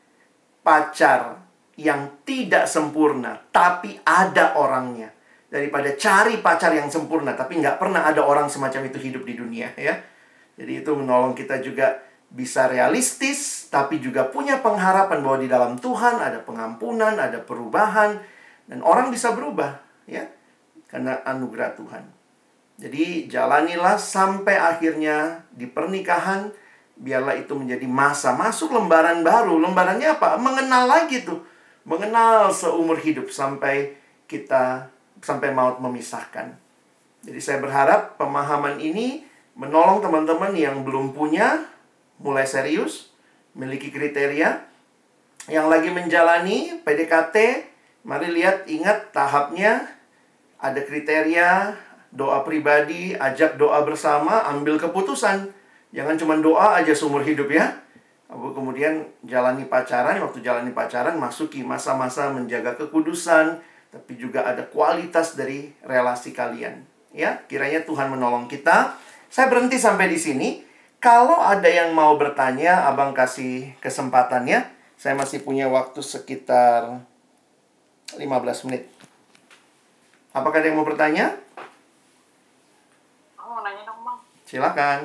pacar yang tidak sempurna tapi ada orangnya, daripada cari pacar yang sempurna tapi nggak pernah ada orang semacam itu hidup di dunia ya. Jadi itu menolong kita juga bisa realistis, tapi juga punya pengharapan bahwa di dalam Tuhan ada pengampunan, ada perubahan, dan orang bisa berubah ya, karena anugerah Tuhan. Jadi jalanilah sampai akhirnya di pernikahan, biarlah itu menjadi masa masuk lembaran baru. Lembarannya apa? Mengenal lagi tuh. Mengenal seumur hidup sampai maut memisahkan. Jadi saya berharap pemahaman ini menolong teman-teman yang belum punya, mulai serius, memiliki kriteria. Yang lagi menjalani PDKT, mari lihat, ingat tahapnya, ada kriteria, doa pribadi, ajak doa bersama, ambil keputusan. Jangan cuma doa aja seumur hidup ya. Kemudian jalani pacaran, waktu jalani pacaran masuki masa-masa menjaga kekudusan, tapi juga ada kualitas dari relasi kalian. Ya, kiranya Tuhan menolong kita. Saya berhenti sampai di sini. Kalau ada yang mau bertanya, Abang kasih kesempatannya. Saya masih punya waktu sekitar 15 menit. Apakah ada yang mau bertanya? Aku mau nanya dong, Bang. Silakan.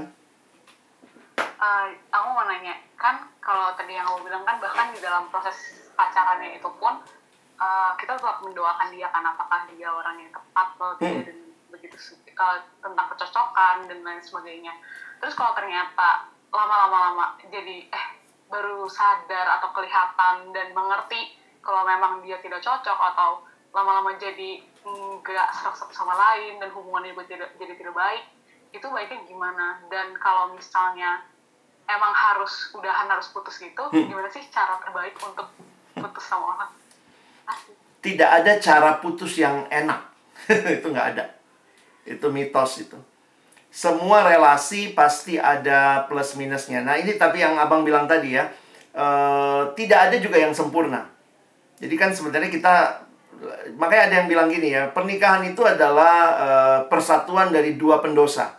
Aku mau nanya, kan kalau tadi yang kamu bilang kan bahkan di dalam proses pacarannya itu pun kita tetap mendoakan dia kan, apakah dia orang yang tepat atau tidak, dan begitu tentang kecocokan dan lain sebagainya. Terus kalau ternyata lama-lama jadi baru sadar atau kelihatan dan mengerti kalau memang dia tidak cocok, atau lama-lama jadi nggak serak satu sama lain dan hubungannya jadi tidak baik, itu baiknya gimana? Dan kalau misalnya emang harus putus gitu, gimana sih cara terbaik untuk putus sama orang? Tidak ada cara putus yang enak. Itu nggak ada. Itu mitos itu. Semua relasi pasti ada plus minusnya. Nah ini tapi yang Abang bilang tadi ya, tidak ada juga yang sempurna. Jadi kan sebenarnya kita, makanya ada yang bilang gini ya, pernikahan itu adalah persatuan dari dua pendosa.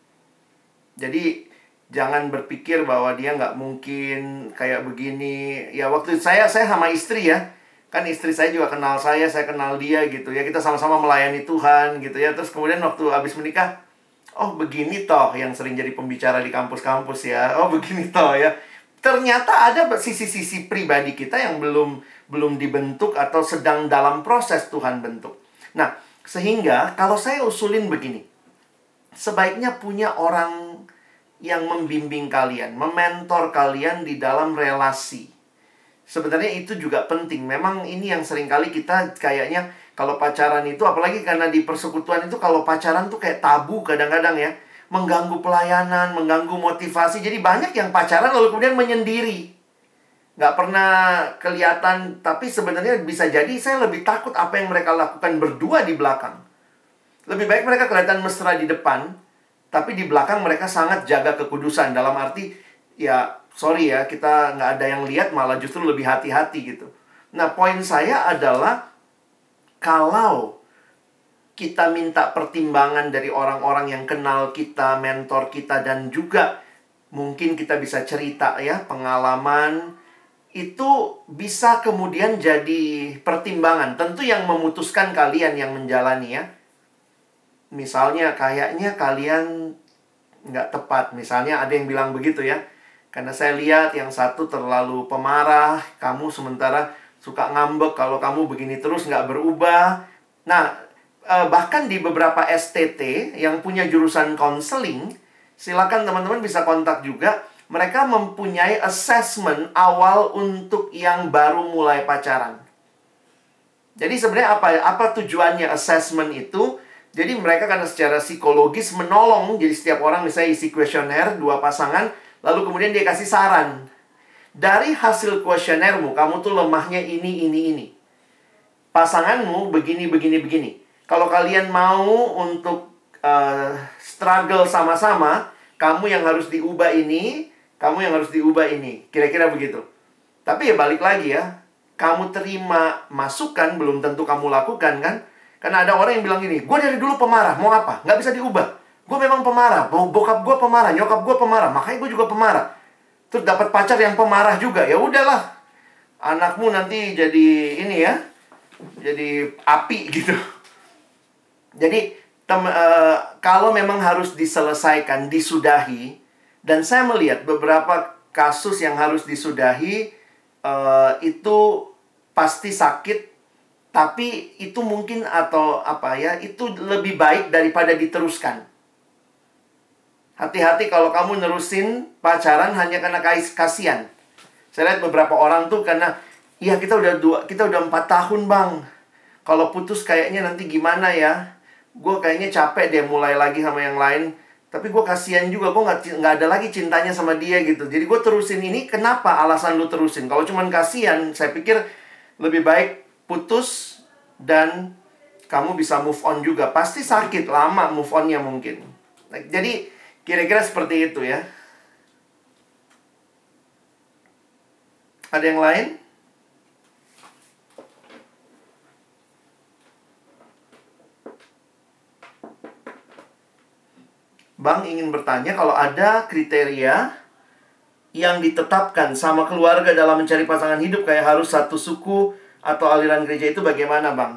Jadi jangan berpikir bahwa dia nggak mungkin kayak begini. Ya waktu saya sama istri ya, kan istri saya juga kenal saya kenal dia gitu ya. Kita sama-sama melayani Tuhan gitu ya. Terus kemudian waktu habis menikah, oh begini toh yang sering jadi pembicara di kampus-kampus ya. Oh begini toh ya. Ternyata ada sisi-sisi pribadi kita yang belum dibentuk atau sedang dalam proses Tuhan bentuk. Nah, sehingga kalau saya usulin begini, sebaiknya punya orang yang membimbing kalian, mementor kalian di dalam relasi. Sebenarnya itu juga penting. Memang ini yang seringkali kita kayaknya kalau pacaran itu, apalagi karena di persekutuan itu, kalau pacaran tuh kayak tabu kadang-kadang ya. Mengganggu pelayanan, mengganggu motivasi. Jadi banyak yang pacaran lalu kemudian menyendiri. Nggak pernah kelihatan, tapi sebenarnya bisa jadi saya lebih takut apa yang mereka lakukan berdua di belakang. Lebih baik mereka kelihatan mesra di depan, tapi di belakang mereka sangat jaga kekudusan. Dalam arti, ya sorry ya, kita nggak ada yang lihat, malah justru lebih hati-hati gitu. Nah, poin saya adalah, kalau kita minta pertimbangan dari orang-orang yang kenal kita, mentor kita, dan juga mungkin kita bisa cerita ya, pengalaman, itu bisa kemudian jadi pertimbangan. Tentu yang memutuskan kalian yang menjalani ya. Misalnya kayaknya kalian nggak tepat. Misalnya ada yang bilang begitu ya. Karena saya lihat yang satu terlalu pemarah, kamu sementara suka ngambek, kalau kamu begini terus nggak berubah. Nah, bahkan di beberapa STT yang punya jurusan konseling, silakan teman-teman bisa kontak juga. Mereka mempunyai assessment awal untuk yang baru mulai pacaran. Jadi sebenarnya apa tujuannya assessment itu? Jadi mereka karena secara psikologis menolong. Jadi setiap orang misalnya isi kuesioner 2 pasangan, lalu kemudian dia kasih saran. Dari hasil kuesionermu, kamu tuh lemahnya ini. Pasanganmu begini. Kalau kalian mau untuk struggle sama-sama, kamu yang harus diubah ini, kamu yang harus diubah ini. Kira-kira begitu. Tapi ya balik lagi ya. Kamu terima masukan, belum tentu kamu lakukan kan? Karena ada orang yang bilang gini, gue dari dulu pemarah, mau apa? Nggak bisa diubah. Gue memang pemarah, bokap gue pemarah, nyokap gue pemarah, makanya gue juga pemarah. Terus dapat pacar yang pemarah juga, ya udahlah. Anakmu nanti jadi ini ya, jadi api gitu. Jadi kalau memang harus diselesaikan, disudahi, dan saya melihat beberapa kasus yang harus disudahi itu pasti sakit, tapi itu mungkin atau apa ya, itu lebih baik daripada diteruskan. Hati-hati kalau kamu nerusin pacaran hanya karena kasihan. Saya lihat beberapa orang tuh karena, iya kita udah 4 tahun bang. Kalau putus kayaknya nanti gimana ya? Gue kayaknya capek deh mulai lagi sama yang lain. Tapi gue kasihan juga, gue nggak ada lagi cintanya sama dia gitu. Jadi gue terusin ini, kenapa alasan lu terusin? Kalau cuman kasihan, saya pikir lebih baik putus dan kamu bisa move on juga. Pasti sakit, lama move onnya mungkin. Nah, jadi kira-kira seperti itu ya. Ada yang lain? Bang ingin bertanya, kalau ada kriteria yang ditetapkan sama keluarga dalam mencari pasangan hidup, kayak harus satu suku atau aliran gereja, itu bagaimana bang?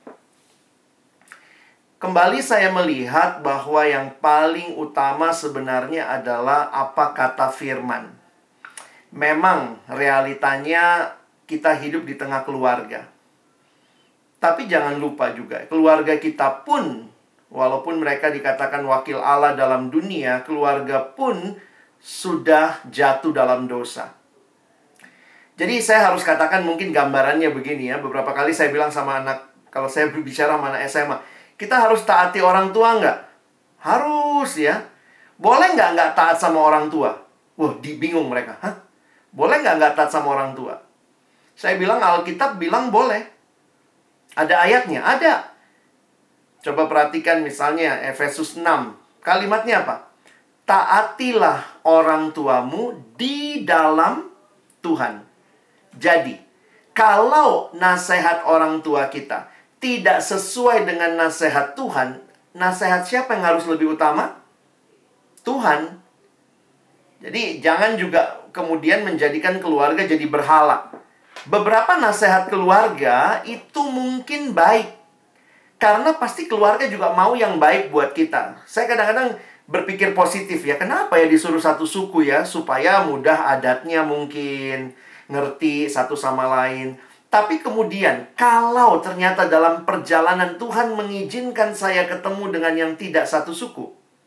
Kembali saya melihat bahwa yang paling utama sebenarnya adalah apa kata firman. Memang realitanya kita hidup di tengah keluarga. Tapi jangan lupa juga, keluarga kita pun, walaupun mereka dikatakan wakil Allah dalam dunia, keluarga pun sudah jatuh dalam dosa. Jadi saya harus katakan mungkin gambarannya begini ya. Beberapa kali saya bilang sama anak, kalau saya berbicara sama anak SMA, kita harus taati orang tua nggak? Harus ya. Boleh nggak taat sama orang tua? Wah, bingung mereka. Hah? Boleh nggak taat sama orang tua? Saya bilang Alkitab bilang boleh. Ada ayatnya? Ada. Coba perhatikan misalnya Efesus 6. Kalimatnya apa? Taatilah orang tuamu di dalam Tuhan. Jadi, kalau nasihat orang tua kita tidak sesuai dengan nasihat Tuhan, nasihat siapa yang harus lebih utama? Tuhan. Jadi, jangan juga kemudian menjadikan keluarga jadi berhala. Beberapa nasihat keluarga itu mungkin baik. Karena pasti keluarga juga mau yang baik buat kita. Saya kadang-kadang berpikir positif ya. Kenapa ya disuruh satu suku ya? Supaya mudah adatnya mungkin. Ngerti satu sama lain. Tapi kemudian, kalau ternyata dalam perjalanan Tuhan mengizinkan saya ketemu dengan yang tidak satu suku,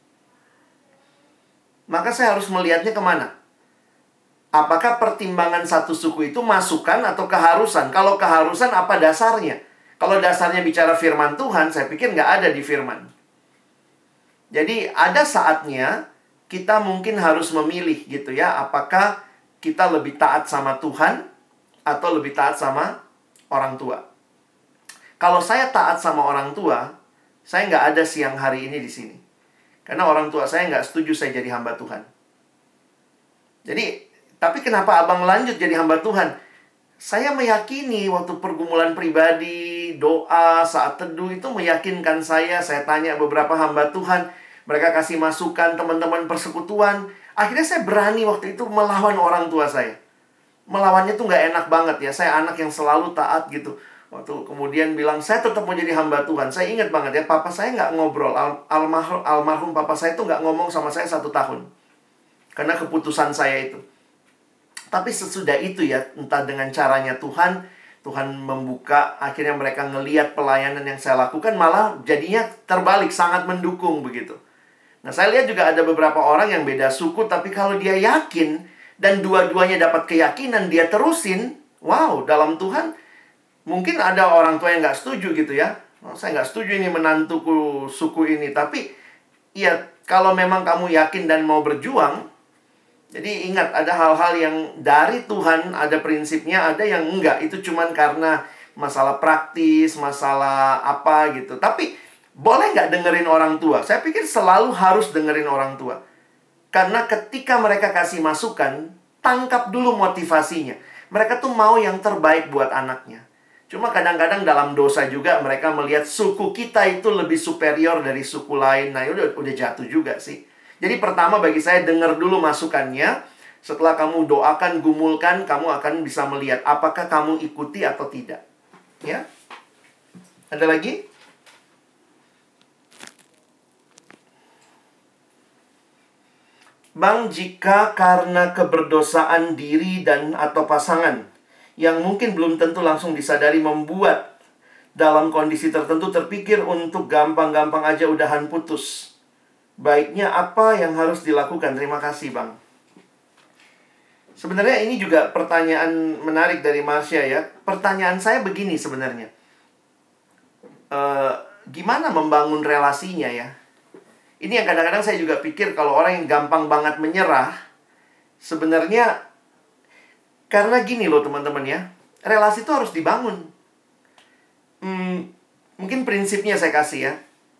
maka saya harus melihatnya kemana? Apakah pertimbangan satu suku itu masukan atau keharusan? Kalau keharusan, apa dasarnya? Kalau dasarnya bicara firman Tuhan, saya pikir nggak ada di firman. Jadi ada saatnya kita mungkin harus memilih gitu ya. Apakah kita lebih taat sama Tuhan atau lebih taat sama orang tua? Kalau saya taat sama orang tua, saya nggak ada siang hari ini di sini. Karena orang tua saya nggak setuju saya jadi hamba Tuhan. Jadi, tapi kenapa abang lanjut jadi hamba Tuhan? Saya meyakini waktu pergumulan pribadi, doa, saat teduh itu meyakinkan saya. Saya tanya beberapa hamba Tuhan, mereka kasih masukan, teman-teman persekutuan. Akhirnya saya berani waktu itu melawan orang tua saya. Melawannya tuh nggak enak banget ya. Saya anak yang selalu taat gitu. Waktu kemudian bilang, saya tetap mau jadi hamba Tuhan. Saya ingat banget ya, papa saya nggak ngobrol. Almarhum papa saya itu nggak ngomong sama saya 1 tahun. Karena keputusan saya itu. Tapi sesudah itu ya, entah dengan caranya Tuhan membuka, akhirnya mereka ngeliat pelayanan yang saya lakukan, malah jadinya terbalik, sangat mendukung begitu. Nah, saya lihat juga ada beberapa orang yang beda suku, tapi kalau dia yakin, dan dua-duanya dapat keyakinan, dia terusin, wow, dalam Tuhan, mungkin ada orang tua yang nggak setuju gitu ya. Oh, saya nggak setuju ini menantuku suku ini. Tapi, ya, kalau memang kamu yakin dan mau berjuang, jadi ingat, ada hal-hal yang dari Tuhan, ada prinsipnya, ada yang enggak. Itu cuman karena masalah praktis, masalah apa gitu. Tapi, boleh nggak dengerin orang tua? Saya pikir selalu harus dengerin orang tua. Karena ketika mereka kasih masukan, tangkap dulu motivasinya. Mereka tuh mau yang terbaik buat anaknya. Cuma kadang-kadang dalam dosa juga mereka melihat suku kita itu lebih superior dari suku lain. Nah, udah jatuh juga sih. Jadi pertama bagi saya, dengar dulu masukannya. Setelah kamu doakan, gumulkan, kamu akan bisa melihat apakah kamu ikuti atau tidak. Ya. Ada lagi? Bang, jika karena keberdosaan diri dan atau pasangan yang mungkin belum tentu langsung disadari membuat dalam kondisi tertentu terpikir untuk gampang-gampang aja udahan putus, baiknya apa yang harus dilakukan? Terima kasih, Bang. Sebenarnya ini juga pertanyaan menarik dari Marsha ya. Pertanyaan saya begini sebenarnya. Gimana membangun relasinya ya? Ini yang kadang-kadang saya juga pikir kalau orang yang gampang banget menyerah, sebenarnya karena gini loh teman-teman ya. Relasi itu harus dibangun. Mungkin prinsipnya saya kasih ya.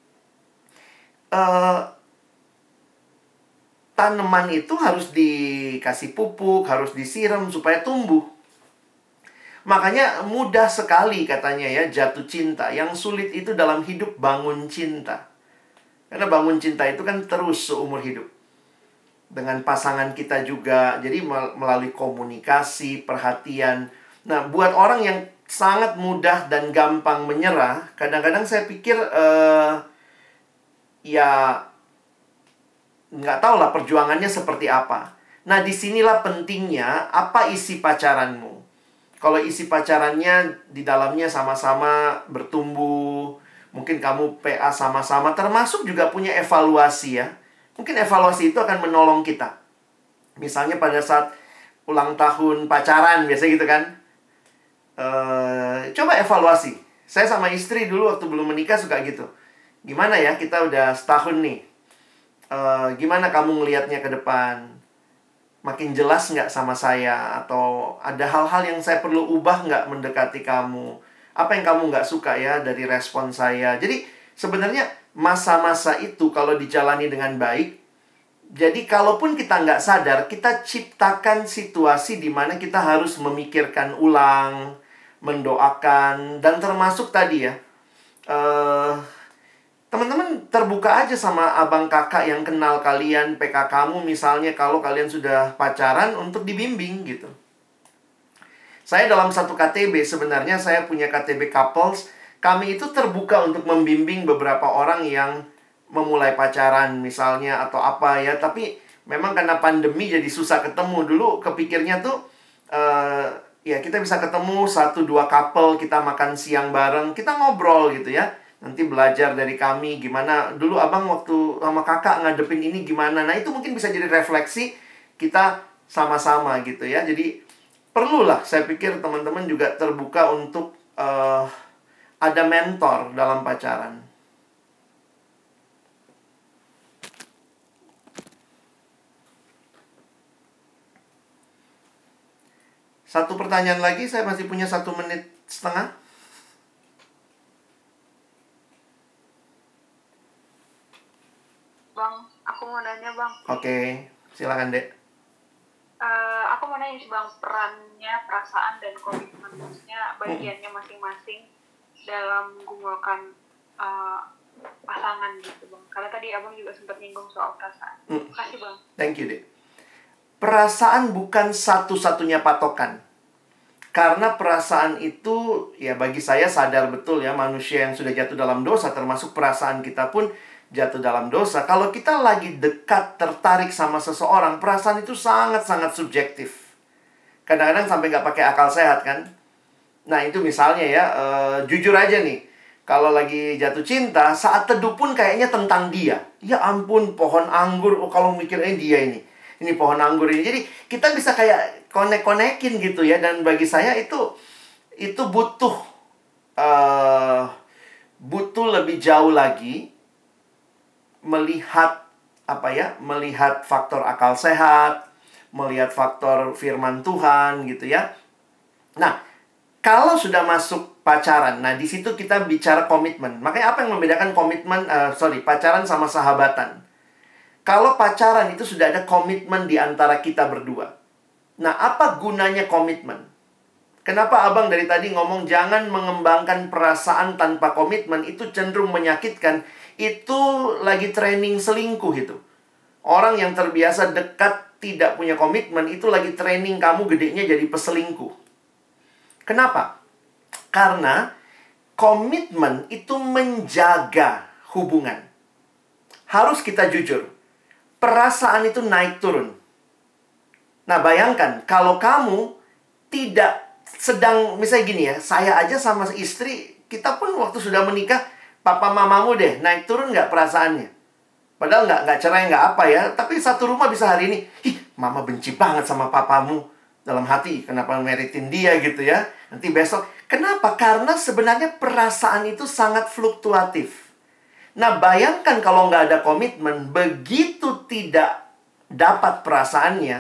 Tanaman itu harus dikasih pupuk, harus disiram supaya tumbuh. Makanya mudah sekali katanya ya jatuh cinta. Yang sulit itu dalam hidup bangun cinta. Karena bangun cinta itu kan terus seumur hidup. Dengan pasangan kita juga. Jadi melalui komunikasi, perhatian. Nah, buat orang yang sangat mudah dan gampang menyerah, kadang-kadang saya pikir ya nggak tahu lah perjuangannya seperti apa. Nah, disinilah pentingnya apa isi pacaranmu. Kalau isi pacarannya di dalamnya sama-sama bertumbuh, mungkin kamu PA sama-sama, termasuk juga punya evaluasi ya. Mungkin evaluasi itu akan menolong kita. Misalnya pada saat ulang tahun pacaran, biasanya gitu kan. Coba evaluasi. Saya sama istri dulu waktu belum menikah suka gitu. Gimana ya, kita udah setahun nih. Gimana kamu ngelihatnya ke depan? Makin jelas nggak sama saya? Atau ada hal-hal yang saya perlu ubah nggak mendekati kamu? Apa yang kamu nggak suka ya dari respon saya? Jadi sebenarnya masa-masa itu kalau dijalani dengan baik, jadi kalaupun kita nggak sadar, kita ciptakan situasi di mana kita harus memikirkan ulang, mendoakan, dan termasuk tadi ya, teman-teman terbuka aja sama abang kakak yang kenal kalian, PK kamu misalnya kalau kalian sudah pacaran untuk dibimbing gitu. Saya dalam satu KTB, sebenarnya saya punya KTB couples. Kami itu terbuka untuk membimbing beberapa orang yang memulai pacaran misalnya atau apa ya. Tapi memang karena pandemi jadi susah ketemu. Dulu kepikirnya tuh ya kita bisa ketemu 1-2 couple, kita makan siang bareng, kita ngobrol gitu ya. Nanti belajar dari kami gimana. Dulu abang waktu sama kakak ngadepin ini gimana. Nah itu mungkin bisa jadi refleksi kita sama-sama gitu ya. Jadi perlulah, saya pikir teman-teman juga terbuka untuk ada mentor dalam pacaran. Satu pertanyaan lagi, saya masih punya 1 menit setengah. Bang, aku mau nanya bang. Oke, silakan Dek. Aku mau nanya bang, perannya perasaan dan komitmen, maksudnya bagiannya masing-masing dalam menggumulkan pasangan gitu bang. Karena tadi abang juga sempat nyinggung soal perasaan. Terima kasih bang. Thank you Dek. Perasaan bukan satu-satunya patokan. Karena perasaan itu, ya bagi saya sadar betul ya, manusia yang sudah jatuh dalam dosa, termasuk perasaan kita pun jatuh dalam dosa. Kalau kita lagi dekat, tertarik sama seseorang, perasaan itu sangat-sangat subjektif. Kadang-kadang sampai nggak pakai akal sehat kan. Nah itu misalnya ya, jujur aja nih. Kalau lagi jatuh cinta, saat teduh pun kayaknya tentang dia. Ya ampun, pohon anggur, oh kalau mikirnya dia ini. Ini pohon anggur ini. Jadi kita bisa kayak konek-konekin gitu ya. Dan bagi saya itu butuh butuh lebih jauh lagi melihat melihat faktor akal sehat, melihat faktor firman Tuhan gitu ya. Nah, kalau sudah masuk pacaran, nah di situ kita bicara komitmen. Makanya apa yang membedakan pacaran sama sahabatan? Kalau pacaran itu sudah ada komitmen di antara kita berdua. Nah, apa gunanya komitmen? Kenapa abang dari tadi ngomong jangan mengembangkan perasaan tanpa komitmen, itu cenderung menyakitkan. Itu lagi training selingkuh itu. Orang yang terbiasa dekat tidak punya komitmen, itu lagi training kamu gedenya jadi peselingkuh. Kenapa? Karena komitmen itu menjaga hubungan. Harus kita jujur. Perasaan itu naik turun. Nah, bayangkan kalau kamu tidak sedang, misalnya gini ya, saya aja sama istri, kita pun waktu sudah menikah, papa mamamu deh, naik turun nggak perasaannya? Padahal nggak cerai, nggak apa ya, tapi satu rumah bisa hari ini, mama benci banget sama papamu. Dalam hati, kenapa meritin dia gitu ya? Nanti besok, kenapa? Karena sebenarnya perasaan itu sangat fluktuatif. Nah, bayangkan kalau nggak ada komitmen, begitu tidak dapat perasaannya,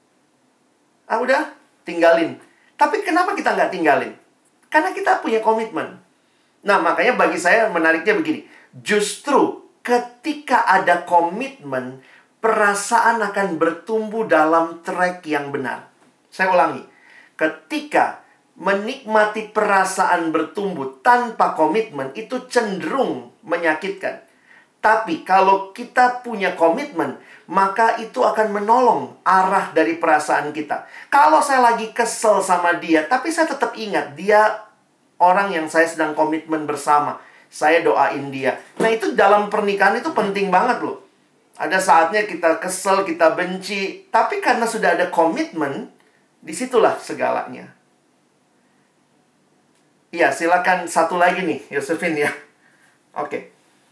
udah, tinggalin. Tapi kenapa kita nggak tinggalin? Karena kita punya komitmen. Nah, makanya bagi saya menariknya begini. Justru ketika ada komitmen, perasaan akan bertumbuh dalam track yang benar. Saya ulangi. Ketika menikmati perasaan bertumbuh tanpa komitmen, itu cenderung menyakitkan. Tapi kalau kita punya komitmen, maka itu akan menolong arah dari perasaan kita. Kalau saya lagi kesel sama dia, tapi saya tetap ingat dia orang yang saya sedang komitmen bersama. Saya doain dia. Nah, itu dalam pernikahan itu penting banget loh. Ada saatnya kita kesel, kita benci, tapi karena sudah ada komitmen, disitulah segalanya. Iya, silakan satu lagi nih, Yosefin ya. Oke.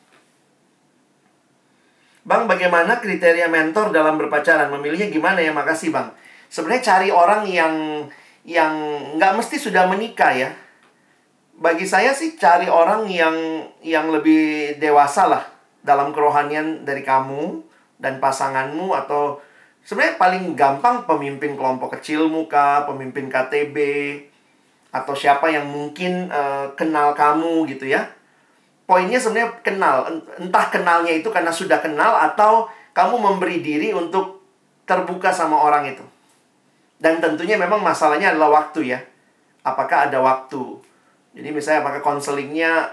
Bang, bagaimana kriteria mentor dalam berpacaran? Memilihnya gimana ya? Makasih, Bang. Sebenarnya cari orang yang nggak mesti sudah menikah ya. Bagi saya sih cari orang yang lebih dewasa lah dalam kerohanian dari kamu dan pasanganmu, atau sebenarnya paling gampang pemimpin kelompok kecilmu kah, pemimpin KTB, atau siapa yang mungkin kenal kamu gitu ya. Poinnya sebenarnya kenal. Entah kenalnya itu karena sudah kenal, atau kamu memberi diri untuk terbuka sama orang itu. Dan tentunya memang masalahnya adalah waktu ya. Apakah ada waktu? Jadi misalnya apakah konselingnya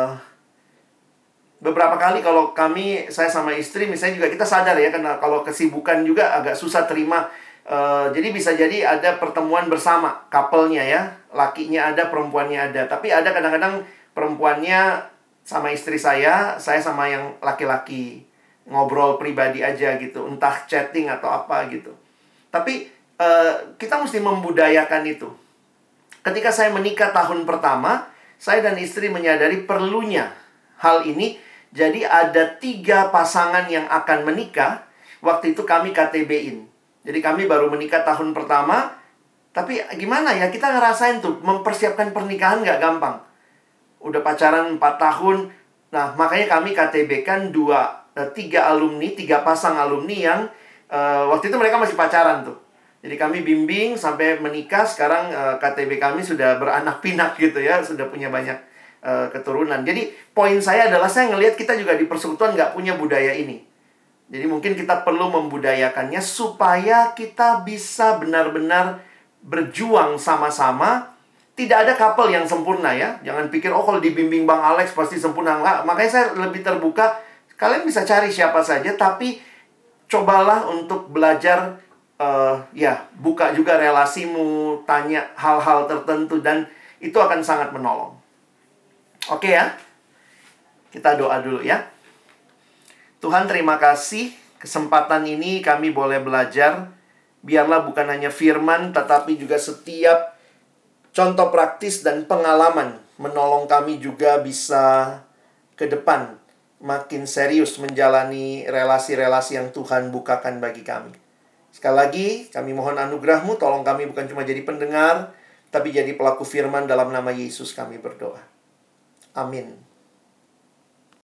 beberapa kali kalau saya sama istri misalnya juga kita sadar ya, karena kalau kesibukan juga agak susah terima. Jadi bisa jadi ada pertemuan bersama couple-nya ya. Lakinya ada, perempuannya ada. Tapi ada kadang-kadang perempuannya sama istri saya sama yang laki-laki. Ngobrol pribadi aja gitu. Entah chatting atau apa gitu. Tapi kita mesti membudayakan itu. Ketika saya menikah tahun pertama, saya dan istri menyadari perlunya hal ini. Jadi ada 3 pasangan yang akan menikah. Waktu itu kami KTB-in. Jadi kami baru menikah tahun pertama. Tapi gimana ya, kita ngerasain tuh mempersiapkan pernikahan gak gampang. Udah pacaran 4 tahun. Nah, makanya kami KTB-kan 3 alumni, 3 pasang alumni yang waktu itu mereka masih pacaran tuh. Jadi kami bimbing sampai menikah. Sekarang KTB kami sudah beranak pinak gitu ya. Sudah punya banyak keturunan. Jadi poin saya adalah saya ngelihat kita juga di persekutuan gak punya budaya ini. Jadi mungkin kita perlu membudayakannya supaya kita bisa benar-benar berjuang sama-sama. Tidak ada couple yang sempurna ya. Jangan pikir, kalau dibimbing Bang Alex pasti sempurna. Enggak. Makanya saya lebih terbuka. Kalian bisa cari siapa saja, tapi cobalah untuk belajar buka juga relasimu, tanya hal-hal tertentu, dan itu akan sangat menolong. Oke ya, kita doa dulu ya. Tuhan, terima kasih kesempatan ini kami boleh belajar. Biarlah bukan hanya firman, tetapi juga setiap contoh praktis dan pengalaman menolong kami juga bisa ke depan makin serius menjalani relasi-relasi yang Tuhan bukakan bagi kami. Sekali lagi, kami mohon anugerah-Mu, tolong kami bukan cuma jadi pendengar, tapi jadi pelaku firman. Dalam nama Yesus kami berdoa. Amin.